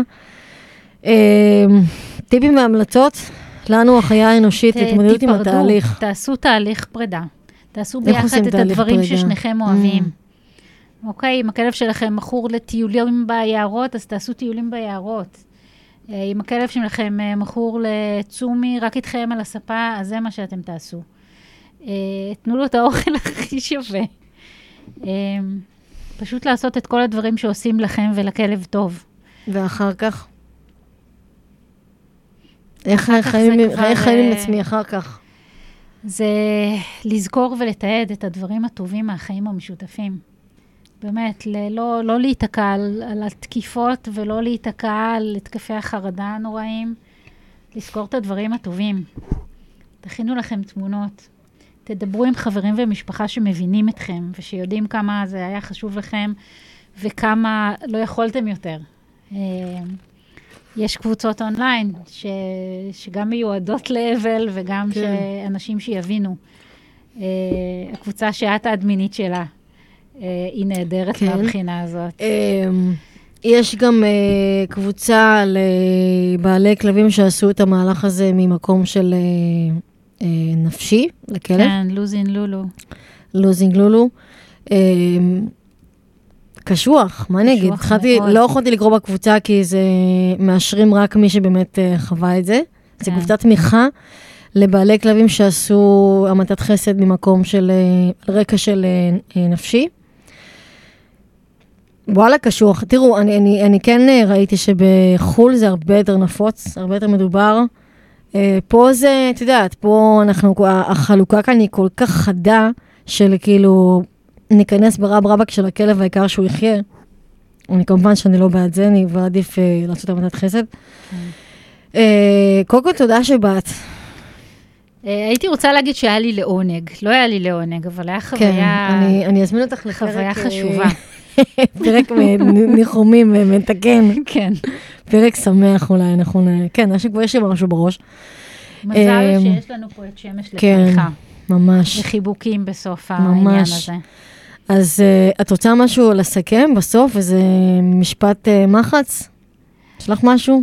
טיפים והמלצות, לנו החיה האנושית להתמודדות עם התהליך. תעשו תהליך פרידה. תעשו ביחד את הדברים ששניכם אוהבים. אוקיי, אם הכלב שלכם מכור לטיולים ביערות, אז תעשו טיולים ביערות. אם הכלב שלכם מכור לצומי, רק איתכם על הספה, אז זה מה שאתם תעשו. תנו לו את האוכל הכי שווה. פשוט לעשות את כל הדברים שעושים לכם ולכלב טוב. ואחר כך? איך חיים עם עצמי אחר כך? זה לזכור ולתעד את הדברים הטובים מהחיים המשותפים. באמת, לא, לא להיתקע על, על התקיפות ולא להיתקע על התקפי החרדה הנוראים. לזכור את הדברים הטובים. תכינו לכם תמונות. תדברו עם חברים ומשפחה שמבינים אתכם ושיודעים כמה זה היה חשוב לכם וכמה לא יכולתם יותר. יש קבוצות אונליין ש, שגם מיועדות לאבל וגם כן. שאנשים שיבינו. הקבוצה שאת האדמינית שלה. היא נהדרת כן. מהבחינה הזאת. יש גם קבוצה לבעלי כלבים שעשו את המהלך הזה ממקום של נפשי לכלב. כן, לוזינג לולו. לוזינג לולו. קשוח, מה אני אגיד? לא יכולתי לקרוא בקבוצה כי זה מאשרים רק מי שבאמת חווה את זה. זה קבוצת תמיכה לבעלי כלבים שעשו המתת חסד ממקום של רקע של נפשי. וואלה, קשוח. תראו, אני, אני, אני כן ראיתי שבחול זה הרבה יותר נפוץ, הרבה יותר מדובר. פה זה, את יודעת, פה אנחנו, החלוקה כאן היא כל כך חדה, של כאילו, ניכנס ברב רבק של הכלב העיקר שהוא יחיה. אני כמובן שאני לא בעד זה, אני ועדיף לעשות המתת חסד. קודם כל, תודה שבאת. הייתי רוצה להגיד שהיה לי לעונג. לא היה לי לעונג, אבל היה חוויה... כן, אני אזמין אותך לפרק... חוויה חשובה. פרק ניחומים ומתקן. כן. פרק שמח אולי, נכון. כן, יש לי משהו בראש. מזל שיש לנו פה את שמש לתמיכה. כן, ממש. וחיבוקים בסוף העניין הזה. אז את רוצה משהו לסכם בסוף? איזה משפט מחץ? יש לך משהו?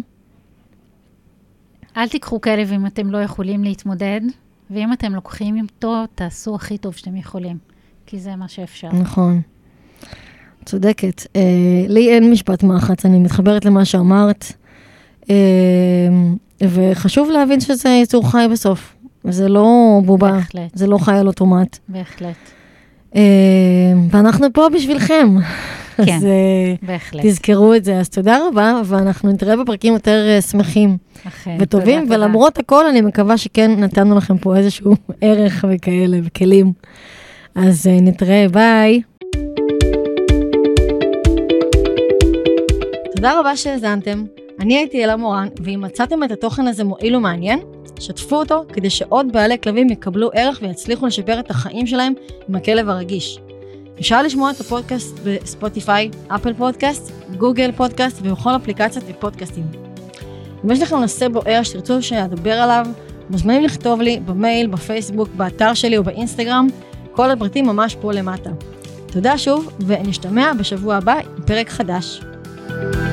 אל תיקחו כלב אם אתם לא יכולים להתמודד, ואם אתם לוקחים אותו, תעשו הכי טוב שאתם יכולים, כי זה מה שאפשר. נכון. צודקת. אה, לי אין משפט מחץ, אני מתחברת למה שאמרת, אה, וחשוב להבין שזה יצור חי בסוף. זה לא בובה, בהחלט. זה לא חי על אוטומט. בהחלט. אה, ואנחנו פה בשבילכם. כן, אז, בהחלט. תזכרו את זה. אז תודה רבה, ואנחנו נתראה בפרקים יותר שמחים אכן, וטובים, תודה, ולמרות תודה. הכל, אני מקווה שכן נתנו לכם פה איזשהו ערך וכאלה, וכלים. אז נתראה, ביי. תודה רבה שהזנתם. אני הייתי אלה מורן, ואם מצאתם את התוכן הזה מועיל ומעניין, שתפו אותו כדי שעוד בעלי כלבים יקבלו ערך ויצליחו לשפר את החיים שלהם עם הכלב הרגיש. אפשר לשמוע את הפודקאסט בספוטיפיי, אפל פודקאסט, גוגל פודקאסט ובכל אפליקציות ופודקאסטים. אם יש לכם נושא בוער שתרצו שאדבר עליו, מוזמנים לכתוב לי במייל, בפייסבוק, באתר שלי או באינסטגרם, כל הפרטים ממש פה למטה. תודה שוב, ונשתמע בשבוע הבא עם פרק חדש.